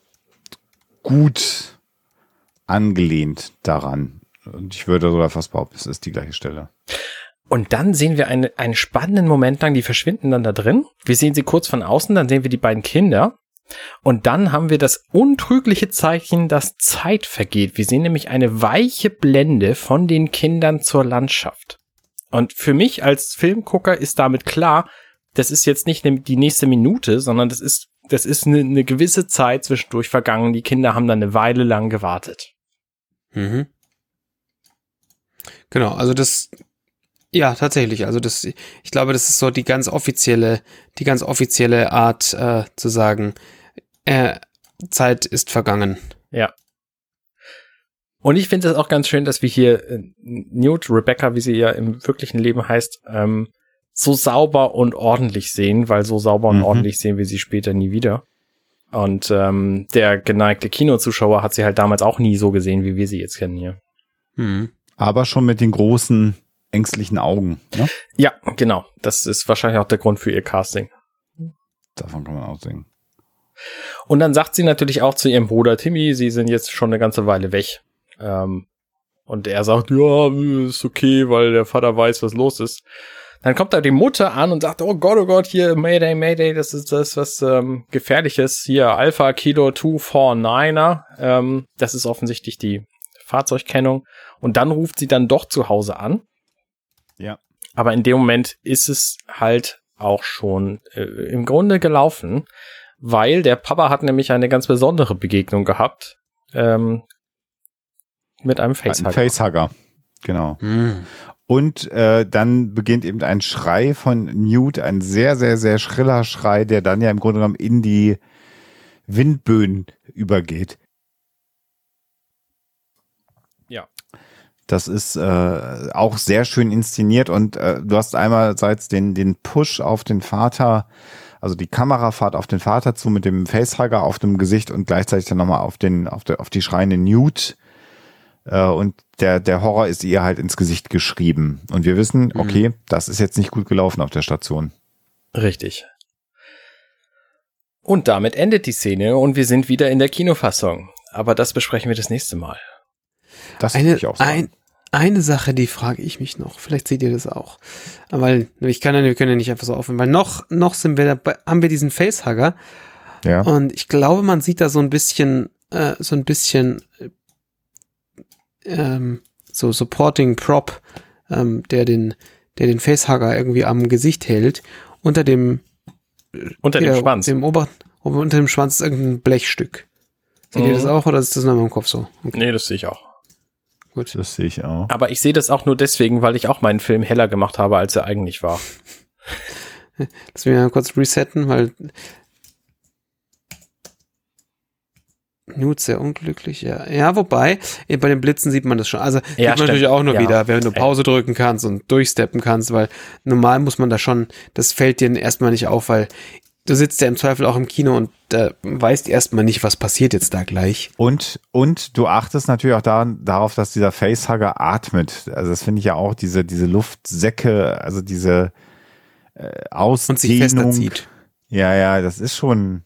gut angelehnt daran. Und ich würde sogar fast behaupten, es ist die gleiche Stelle. Und dann sehen wir eine, einen spannenden Moment lang, die verschwinden dann da drin. Wir sehen sie kurz von außen, dann sehen wir die beiden Kinder. Und dann haben wir das untrügliche Zeichen, dass Zeit vergeht. Wir sehen nämlich eine weiche Blende von den Kindern zur Landschaft. Und für mich als Filmgucker ist damit klar, das ist jetzt nicht die nächste Minute, sondern das ist, das ist eine, eine gewisse Zeit zwischendurch vergangen. Die Kinder haben dann eine Weile lang gewartet. Mhm. Genau, also das, ja, tatsächlich, also das, ich glaube, das ist so die ganz offizielle, die ganz offizielle Art äh, zu sagen, äh, Zeit ist vergangen. Ja. Und ich finde es auch ganz schön, dass wir hier äh, Newt, Rebecca, wie sie ja im wirklichen Leben heißt, ähm, so sauber und ordentlich sehen, weil so sauber und mhm. ordentlich sehen wir sie später nie wieder. Und ähm, der geneigte Kinozuschauer hat sie halt damals auch nie so gesehen, wie wir sie jetzt kennen hier. Mhm. Aber schon mit den großen, ängstlichen Augen, ne? Ja, genau. Das ist wahrscheinlich auch der Grund für ihr Casting. Davon kann man aussehen. Und dann sagt sie natürlich auch zu ihrem Bruder Timmy, sie sind jetzt schon eine ganze Weile weg. Ähm, und er sagt, ja, ist okay, weil der Vater weiß, was los ist. Dann kommt da die Mutter an und sagt, oh Gott, oh Gott, hier, Mayday, Mayday, das ist das, was ähm, Gefährliches. Hier, Alpha Kilo zwei vier neun. Ähm, das ist offensichtlich die Fahrzeugkennung. Und dann ruft sie dann doch zu Hause an. Ja. Aber in dem Moment ist es halt auch schon äh, im Grunde gelaufen, weil der Papa hat nämlich eine ganz besondere Begegnung gehabt ähm, mit einem Facehugger. Ein Facehugger, genau. Mhm. Und äh, dann beginnt eben ein Schrei von Newt, ein sehr, sehr, sehr schriller Schrei, der dann ja im Grunde genommen in die Windböen übergeht. Ja. Das ist äh, auch sehr schön inszeniert und äh, du hast einerseits den, den Push auf den Vater, also die Kamerafahrt auf den Vater zu mit dem Facehugger auf dem Gesicht und gleichzeitig dann nochmal auf den, auf der, auf die schreiende Newt. Äh, und der, der Horror ist ihr halt ins Gesicht geschrieben. Und wir wissen, okay, mhm. das ist jetzt nicht gut gelaufen auf der Station. Richtig. Und damit endet die Szene und wir sind wieder in der Kinofassung. Aber das besprechen wir das nächste Mal. Das eine, ich auch sagen. ein, eine Sache, die frage ich mich noch. Vielleicht seht ihr das auch. Weil ich kann ja, wir können ja nicht einfach so aufhören. Weil noch, noch sind wir dabei, haben wir diesen Facehugger. Ja. Und ich glaube, man sieht da so ein bisschen, äh, so ein bisschen ähm, so Supporting Prop, ähm, der den, der den Facehugger irgendwie am Gesicht hält. Unter dem unter der, dem Schwanz. Dem Ober, unter dem Schwanz ist irgendein Blechstück. Seht ihr das auch oder ist das nur in meinem Kopf so? Okay. Nee, das sehe ich auch. Gut. Das sehe ich auch. Aber ich sehe das auch nur deswegen, weil ich auch meinen Film heller gemacht habe, als er eigentlich war. Lass mich mal kurz resetten, weil Newt sehr unglücklich, ja. Ja, wobei, bei den Blitzen sieht man das schon. Also ja, sieht man natürlich auch nur ja. wieder, wenn du Pause drücken kannst und durchsteppen kannst, weil normal muss man da schon, das fällt dir erstmal nicht auf, weil du sitzt ja im Zweifel auch im Kino und da äh, weißt erstmal nicht, was passiert jetzt da gleich. Und, und du achtest natürlich auch daran, darauf, dass dieser Facehugger atmet. Also das finde ich ja auch, diese, diese Luftsäcke, also diese äh, Ausdehnung. Und sich fester zieht. Ja, ja, das ist schon...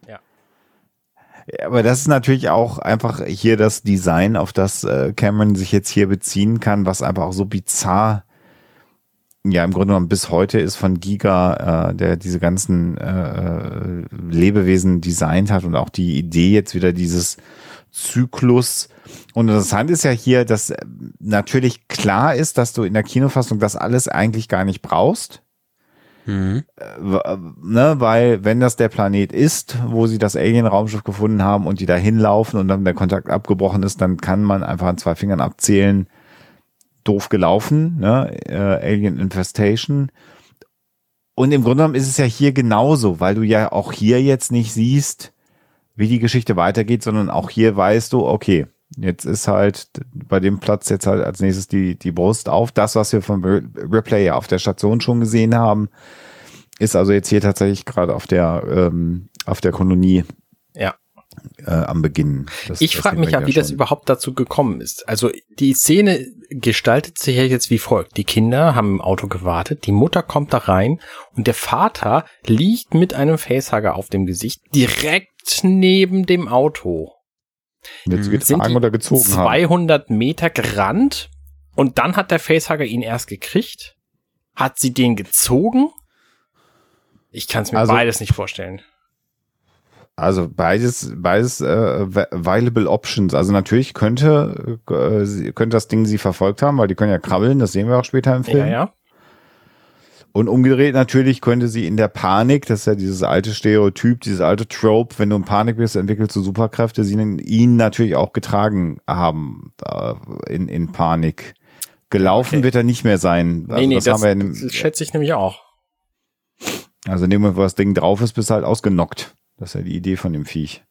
Aber das ist natürlich auch einfach hier das Design, auf das äh, Cameron sich jetzt hier beziehen kann, was einfach auch so bizarr, ja im Grunde genommen bis heute ist von Giga, äh, der diese ganzen äh, Lebewesen designt hat und auch die Idee jetzt wieder dieses Zyklus. Und interessant ist ja hier, dass natürlich klar ist, dass du in der Kinofassung das alles eigentlich gar nicht brauchst. Mhm. Äh, ne, weil wenn das der Planet ist, wo sie das Alien-Raumschiff gefunden haben und die da hinlaufen und dann der Kontakt abgebrochen ist, dann kann man einfach an zwei Fingern abzählen, doof gelaufen, ne, äh, Alien Infestation. Und im Grunde genommen ist es ja hier genauso, weil du ja auch hier jetzt nicht siehst, wie die Geschichte weitergeht, sondern auch hier weißt du, okay, jetzt ist halt bei dem Platz jetzt halt als nächstes die, die Brust auf. Das, was wir vom Ripley ja auf der Station schon gesehen haben, ist also jetzt hier tatsächlich gerade auf der, ähm, auf der Kolonie ja. äh, am Beginn. Das, ich frage mich ja, wie schon. das überhaupt dazu gekommen ist. Also die Szene gestaltet sich ja jetzt wie folgt. Die Kinder haben im Auto gewartet, die Mutter kommt da rein und der Vater liegt mit einem Facehugger auf dem Gesicht direkt neben dem Auto. Jetzt getragen oder gezogen haben. zweihundert Meter gerannt und dann hat der Facehugger ihn erst gekriegt. Hat sie den gezogen? Ich kann es mir also, beides nicht vorstellen. Also beides, beides äh, viable options. Also natürlich könnte äh, könnte das Ding sie verfolgt haben, weil die können ja krabbeln. Das sehen wir auch später im Film. Ja, ja. Und umgedreht natürlich könnte sie in der Panik, das ist ja dieses alte Stereotyp, dieses alte Trope, wenn du in Panik bist, entwickelst du Superkräfte, sie ihn natürlich auch getragen haben äh, in, in Panik. Gelaufen okay. wird er nicht mehr sein. Also nee, nee, das, das, haben wir in dem, das schätze ich nämlich auch. Also in dem Moment, wo das Ding drauf ist, bist du halt ausgenockt. Das ist ja die Idee von dem Viech.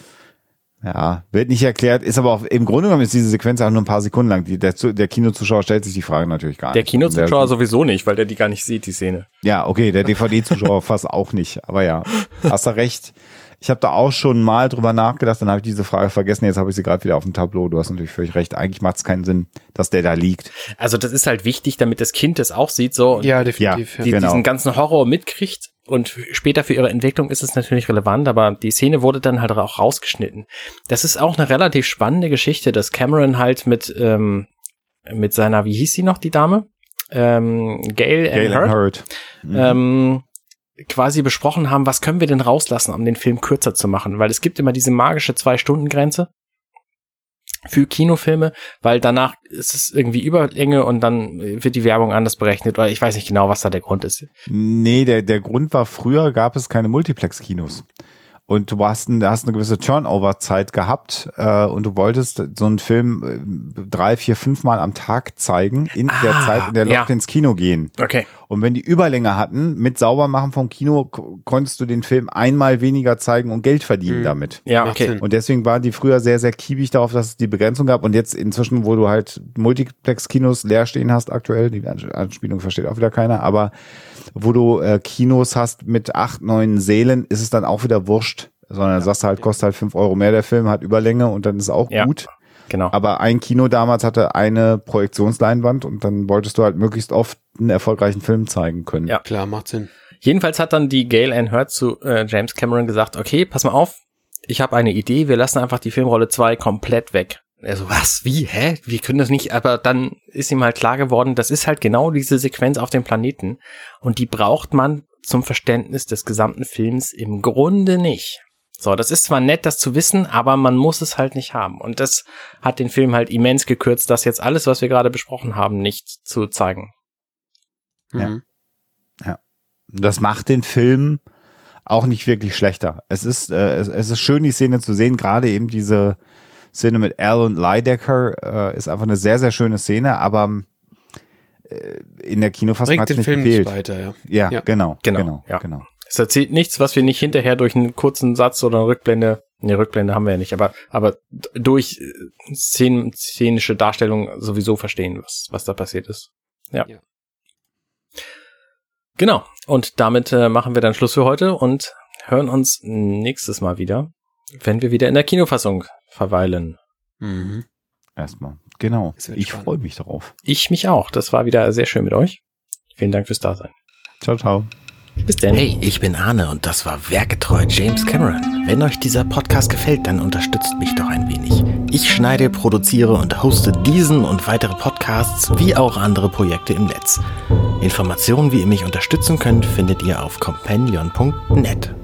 Ja, wird nicht erklärt, ist aber auch, im Grunde genommen ist diese Sequenz auch nur ein paar Sekunden lang. Die, der, der Kinozuschauer stellt sich die Frage natürlich gar der nicht. Der Kinozuschauer sowieso nicht, weil der die gar nicht sieht, die Szene. Ja, okay, der D V D-Zuschauer fast auch nicht. Aber ja, hast du recht. Ich habe da auch schon mal drüber nachgedacht, dann habe ich diese Frage vergessen, jetzt habe ich sie gerade wieder auf dem Tableau. Du hast natürlich völlig recht. Eigentlich macht es keinen Sinn, dass der da liegt. Also das ist halt wichtig, damit das Kind das auch sieht. so und Ja, definitiv. Die, genau. diesen ganzen Horror mitkriegt. Und später für ihre Entwicklung ist es natürlich relevant, aber die Szene wurde dann halt auch rausgeschnitten. Das ist auch eine relativ spannende Geschichte, dass Cameron halt mit ähm, mit seiner, wie hieß sie noch, die Dame? Ähm, Gail Gail Ann Hurd. Mhm. Ähm, quasi besprochen haben, was können wir denn rauslassen, um den Film kürzer zu machen? Weil es gibt immer diese magische Zwei-Stunden-Grenze für Kinofilme, weil danach ist es irgendwie Überlänge und dann wird die Werbung anders berechnet, oder ich weiß nicht genau, was da der Grund ist. Nee, der, der Grund war, früher gab es keine Multiplex-Kinos. Und du hast, ein, hast eine gewisse Turnover-Zeit gehabt äh, und du wolltest so einen Film äh, drei, vier, fünf Mal am Tag zeigen, in ah, der Zeit, in der Leute ja. ins Kino gehen. Okay. Und wenn die Überlänge hatten, mit Saubermachen vom Kino, k- konntest du den Film einmal weniger zeigen und Geld verdienen mhm. damit. Ja, okay. Und deswegen waren die früher sehr, sehr kiebig darauf, dass es die Begrenzung gab. Und jetzt inzwischen, wo du halt Multiplex-Kinos leer stehen hast aktuell, die Anspielung versteht auch wieder keiner, aber wo du äh, Kinos hast mit acht, neun Sälen, ist es dann auch wieder wurscht. Sondern ja. sagst du halt, kostet halt fünf Euro mehr der Film, hat Überlänge und dann ist auch ja, gut. Genau. Aber ein Kino damals hatte eine Projektionsleinwand und dann wolltest du halt möglichst oft einen erfolgreichen Film zeigen können. Ja, klar, macht Sinn. Jedenfalls hat dann die Gail Ann Hurd zu äh, James Cameron gesagt, okay, pass mal auf, ich habe eine Idee, wir lassen einfach die Filmrolle zwei komplett weg. Er so, was, wie, hä? Wir können das nicht, aber dann ist ihm halt klar geworden, das ist halt genau diese Sequenz auf dem Planeten und die braucht man zum Verständnis des gesamten Films im Grunde nicht. So, das ist zwar nett, das zu wissen, aber man muss es halt nicht haben. Und das hat den Film halt immens gekürzt, das jetzt alles, was wir gerade besprochen haben, nicht zu zeigen. Ja. Ja. Das macht den Film auch nicht wirklich schlechter. Es ist, äh, es, es ist schön, die Szene zu sehen, gerade eben diese Szene mit Al und Lydecker äh, ist einfach eine sehr, sehr schöne Szene, aber äh, in der Kinofassung hat es nicht Film gefehlt. nicht weiter, ja. Ja, Ja. genau, Genau, genau, ja. genau. Es erzählt nichts, was wir nicht hinterher durch einen kurzen Satz oder eine Rückblende, ne, Rückblende haben wir ja nicht, aber, aber d- durch äh, szen, szenische Darstellung sowieso verstehen, was, was da passiert ist. Ja. Ja. Genau. Und damit äh, machen wir dann Schluss für heute und hören uns nächstes Mal wieder, wenn wir wieder in der Kinofassung verweilen. Mhm. Erstmal, genau. Es wird Ich spannend. freue mich darauf. Ich mich auch. Das war wieder sehr schön mit euch. Vielen Dank fürs Dasein. Ciao, ciao. Bis dann. Hey, ich bin Arne und das war Werketreu James Cameron. Wenn euch dieser Podcast gefällt, dann unterstützt mich doch ein wenig. Ich schneide, produziere und hoste diesen und weitere Podcasts wie auch andere Projekte im Netz. Informationen, wie ihr mich unterstützen könnt, findet ihr auf companion punkt net.